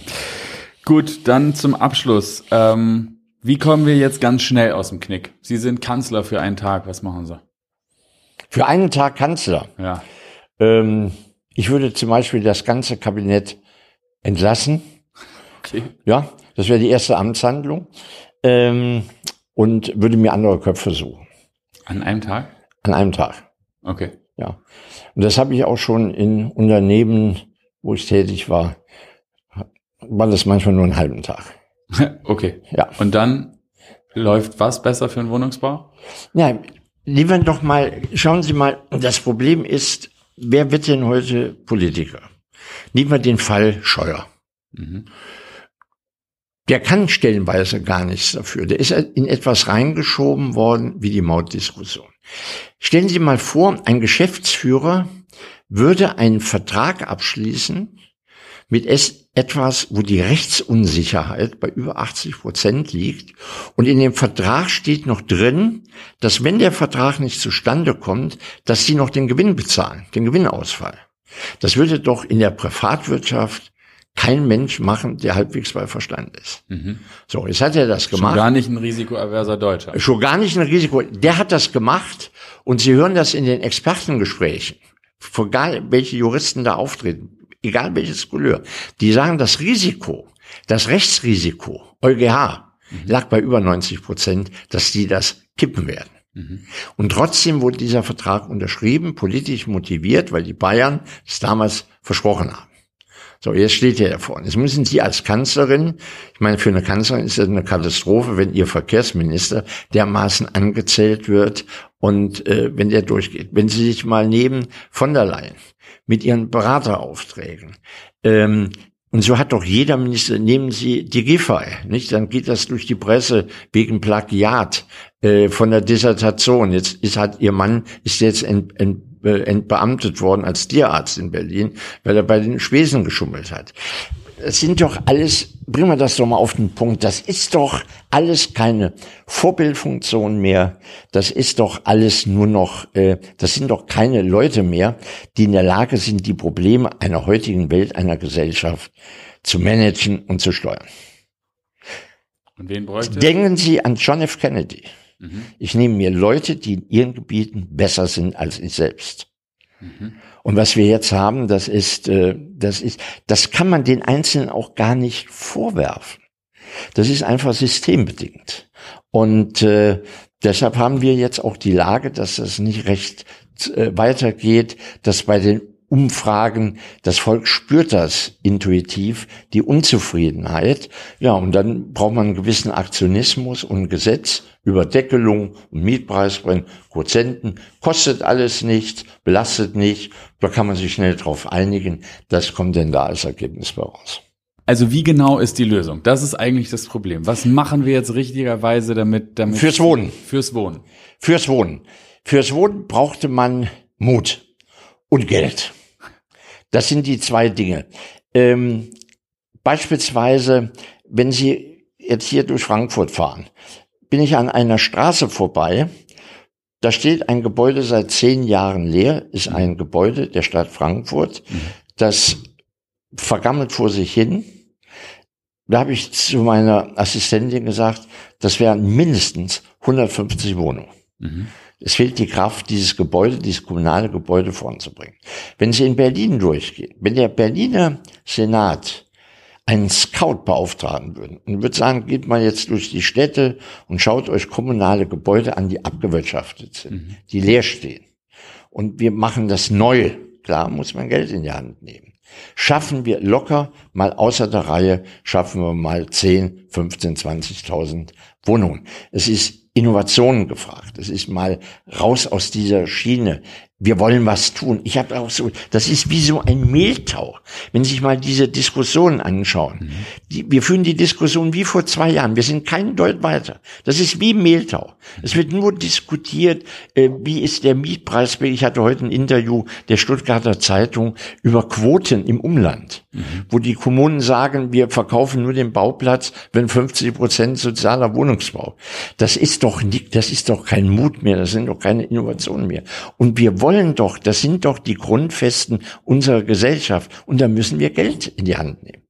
Speaker 2: Gut, dann zum Abschluss. Ähm, wie kommen wir jetzt ganz schnell aus dem Knick? Sie sind Kanzler für einen Tag, was machen Sie?
Speaker 1: Für einen Tag Kanzler?
Speaker 2: Ja.
Speaker 1: Ähm, ich würde zum Beispiel das ganze Kabinett entlassen.
Speaker 2: Okay.
Speaker 1: Ja, das wäre die erste Amtshandlung. Ähm, und würde mir andere Köpfe suchen.
Speaker 2: An einem Tag?
Speaker 1: An einem Tag.
Speaker 2: Okay.
Speaker 1: Ja. Und das habe ich auch schon in Unternehmen, wo ich tätig war, war das manchmal nur einen halben Tag.
Speaker 2: Okay.
Speaker 1: Ja.
Speaker 2: Und dann läuft was besser für den Wohnungsbau?
Speaker 1: Ja, lieber doch mal, schauen Sie mal, das Problem ist, wer wird denn heute Politiker? Nehmen wir den Fall Scheuer. Mhm. Der kann stellenweise gar nichts dafür. Der ist in etwas reingeschoben worden wie die Mautdiskussion. Stellen Sie mal vor, ein Geschäftsführer würde einen Vertrag abschließen mit etwas, wo die Rechtsunsicherheit bei über achtzig Prozent liegt. Und in dem Vertrag steht noch drin, dass wenn der Vertrag nicht zustande kommt, dass Sie noch den Gewinn bezahlen, den Gewinnausfall. Das würde doch in der Privatwirtschaft kein Mensch machen, der halbwegs bei Verstand ist. Mhm. So, jetzt hat er das gemacht.
Speaker 2: Schon gar nicht ein risikoaverser Deutscher.
Speaker 1: Schon gar nicht ein Risiko. Der hat das gemacht und Sie hören das in den Expertengesprächen, egal welche Juristen da auftreten, egal welches Couleur. Die sagen, das Risiko, das Rechtsrisiko, EuGH, mhm. lag bei über neunzig Prozent, dass die das kippen werden. Mhm. Und trotzdem wurde dieser Vertrag unterschrieben, politisch motiviert, weil die Bayern es damals versprochen haben. So, jetzt steht er davor. Jetzt müssen Sie als Kanzlerin, ich meine, für eine Kanzlerin ist das eine Katastrophe, wenn Ihr Verkehrsminister dermaßen angezählt wird und äh, wenn der durchgeht. Wenn Sie sich mal neben von der Leyen mit Ihren Berateraufträgen, ähm, und so hat doch jeder Minister, nehmen Sie die Giffey, nicht? Dann geht das durch die Presse wegen Plagiat äh, von der Dissertation. Jetzt ist hat Ihr Mann ist jetzt ent, ent, entbeamtet worden als Tierarzt in Berlin, weil er bei den Spesen geschummelt hat. Das sind doch alles, bringen wir das doch mal auf den Punkt, das ist doch alles keine Vorbildfunktion mehr, das ist doch alles nur noch, äh, das sind doch keine Leute mehr, die in der Lage sind, die Probleme einer heutigen Welt, einer Gesellschaft zu managen und zu steuern.
Speaker 2: Und wen bräuchte?
Speaker 1: Denken Sie an John F. Kennedy. Mhm. Ich nehme mir Leute, die in ihren Gebieten besser sind als ich selbst. Mhm. Und was wir jetzt haben, das ist, äh, das ist, das kann man den Einzelnen auch gar nicht vorwerfen. Das ist einfach systembedingt. Und äh, deshalb haben wir jetzt auch die Lage, dass das nicht recht äh, weitergeht, dass bei den Umfragen, das Volk spürt das intuitiv, die Unzufriedenheit. Ja, und dann braucht man einen gewissen Aktionismus und ein Gesetz über Deckelung und Mietpreisbremsen, Quotienten, kostet alles nichts, belastet nicht, da kann man sich schnell drauf einigen. Das kommt denn da als Ergebnis bei raus.
Speaker 2: Also wie genau ist die Lösung? Das ist eigentlich das Problem. Was machen wir jetzt richtigerweise damit? damit
Speaker 1: Fürs Wohnen.
Speaker 2: Fürs Wohnen.
Speaker 1: Fürs Wohnen. Fürs Wohnen brauchte man Mut und Geld. Das sind die zwei Dinge. Ähm, beispielsweise, wenn Sie jetzt hier durch Frankfurt fahren, bin ich an einer Straße vorbei, da steht ein Gebäude seit zehn Jahren leer, ist ein Gebäude der Stadt Frankfurt, das vergammelt vor sich hin. Da habe ich zu meiner Assistentin gesagt, das wären mindestens hundertfünfzig Wohnungen. Mhm. Es fehlt die Kraft, dieses Gebäude, dieses kommunale Gebäude voranzubringen. Wenn Sie in Berlin durchgehen, wenn der Berliner Senat einen Scout beauftragen würde und würde sagen, geht mal jetzt durch die Städte und schaut euch kommunale Gebäude an, die abgewirtschaftet sind, mhm. die leer stehen. Und wir machen das neu. klar, muss man Geld in die Hand nehmen. Schaffen wir locker, mal außer der Reihe, schaffen wir mal zehn, fünfzehn, zwanzigtausend Wohnungen. Es ist Innovationen gefragt. Es ist mal raus aus dieser Schiene. Wir wollen was tun. Ich habe auch so, das ist wie so ein Mehltau. Wenn Sie sich mal diese Diskussionen anschauen. Mhm. Die, wir führen die Diskussion wie vor zwei Jahren. Wir sind keinen Deut weiter. Das ist wie Mehltau. Es wird nur diskutiert, äh, wie ist der Mietpreis. Ich hatte heute ein Interview der Stuttgarter Zeitung über Quoten im Umland, mhm. wo die Kommunen sagen, wir verkaufen nur den Bauplatz, wenn fünfzig Prozent sozialer Wohnungsbau. Das ist doch nicht, das ist doch kein Mut mehr. Das sind doch keine Innovationen mehr. Und wir wollen doch, das sind doch die Grundfesten unserer Gesellschaft. Und da müssen wir Geld in die Hand nehmen.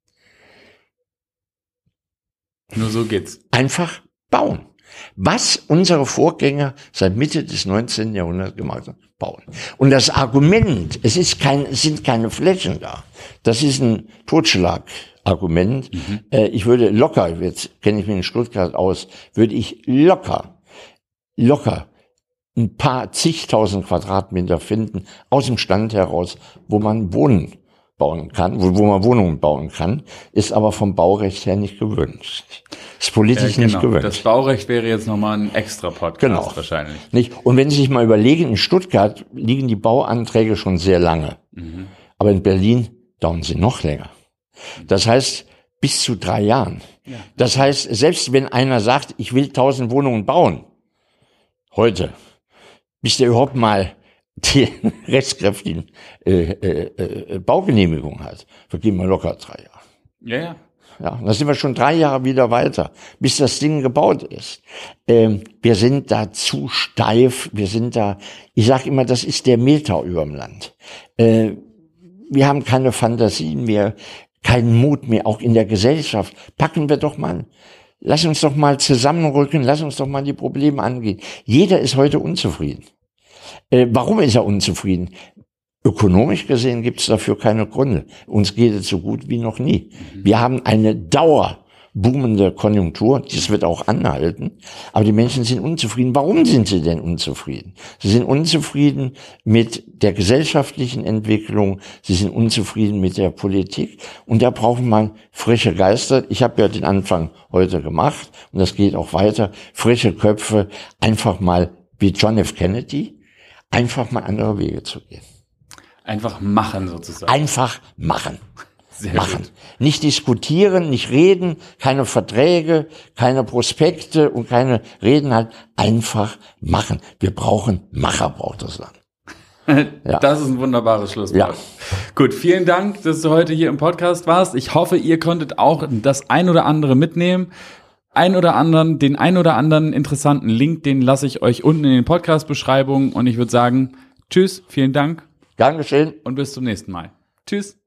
Speaker 2: Nur so geht's.
Speaker 1: Einfach bauen. Was unsere Vorgänger seit Mitte des neunzehnten Jahrhunderts gemacht haben, bauen. Und das Argument, es ist kein, es sind keine Flächen da. Das ist ein Totschlagargument. Mhm. Äh, ich würde locker, jetzt kenne ich mich in Stuttgart aus, würde ich locker, locker ein paar zigtausend Quadratmeter finden, aus dem Stand heraus, wo man Wohnen bauen kann, wo, wo man Wohnungen bauen kann, ist aber vom Baurecht her nicht gewünscht. Ist politisch ja, genau. nicht gewünscht.
Speaker 2: Das Baurecht wäre jetzt nochmal ein extra Podcast
Speaker 1: genau.
Speaker 2: wahrscheinlich.
Speaker 1: Nicht? Und wenn Sie sich mal überlegen, in Stuttgart liegen die Bauanträge schon sehr lange. Mhm. Aber in Berlin dauern sie noch länger. Das heißt, bis zu drei Jahren. Ja. Das heißt, selbst wenn einer sagt, ich will tausend Wohnungen bauen, heute, bis der überhaupt mal die rechtskräftigen äh, äh, äh, Baugenehmigung hat, vergehen wir locker drei Jahre.
Speaker 2: Ja, ja.
Speaker 1: Ja, da sind wir schon drei Jahre wieder weiter, bis das Ding gebaut ist. Ähm, wir sind da zu steif, wir sind da, ich sage immer, das ist der Mehltau überm Land. Äh, wir haben keine Fantasien mehr, keinen Mut mehr, auch in der Gesellschaft. Packen wir doch mal an. Lass uns doch mal zusammenrücken, lass uns doch mal die Probleme angehen. Jeder ist heute unzufrieden. Äh, warum ist er unzufrieden? Ökonomisch gesehen gibt es dafür keine Gründe. Uns geht es so gut wie noch nie. Wir haben eine dauerboomende Konjunktur, das wird auch anhalten, aber die Menschen sind unzufrieden. Warum sind sie denn unzufrieden? Sie sind unzufrieden mit der gesellschaftlichen Entwicklung, sie sind unzufrieden mit der Politik und da brauchen wir frische Geister. Ich habe ja den Anfang heute gemacht und das geht auch weiter. Frische Köpfe, einfach mal wie John F. Kennedy, einfach mal andere Wege zu gehen.
Speaker 2: Einfach machen sozusagen.
Speaker 1: Einfach machen.
Speaker 2: Sehr
Speaker 1: machen.
Speaker 2: Gut.
Speaker 1: Nicht diskutieren, nicht reden, keine Verträge, keine Prospekte und keine Reden halt. Einfach machen. Wir brauchen Macher, braucht das Land.
Speaker 2: Ja. Das ist ein wunderbares Schlusswort.
Speaker 1: Ja.
Speaker 2: Gut, vielen Dank, dass du heute hier im Podcast warst. Ich hoffe, ihr konntet auch das ein oder andere mitnehmen. Ein oder anderen, den ein oder anderen interessanten Link, den lasse ich euch unten in den Podcast-Beschreibungen und ich würde sagen, tschüss, vielen Dank.
Speaker 1: Gern geschehen.
Speaker 2: Und bis zum nächsten Mal. Tschüss.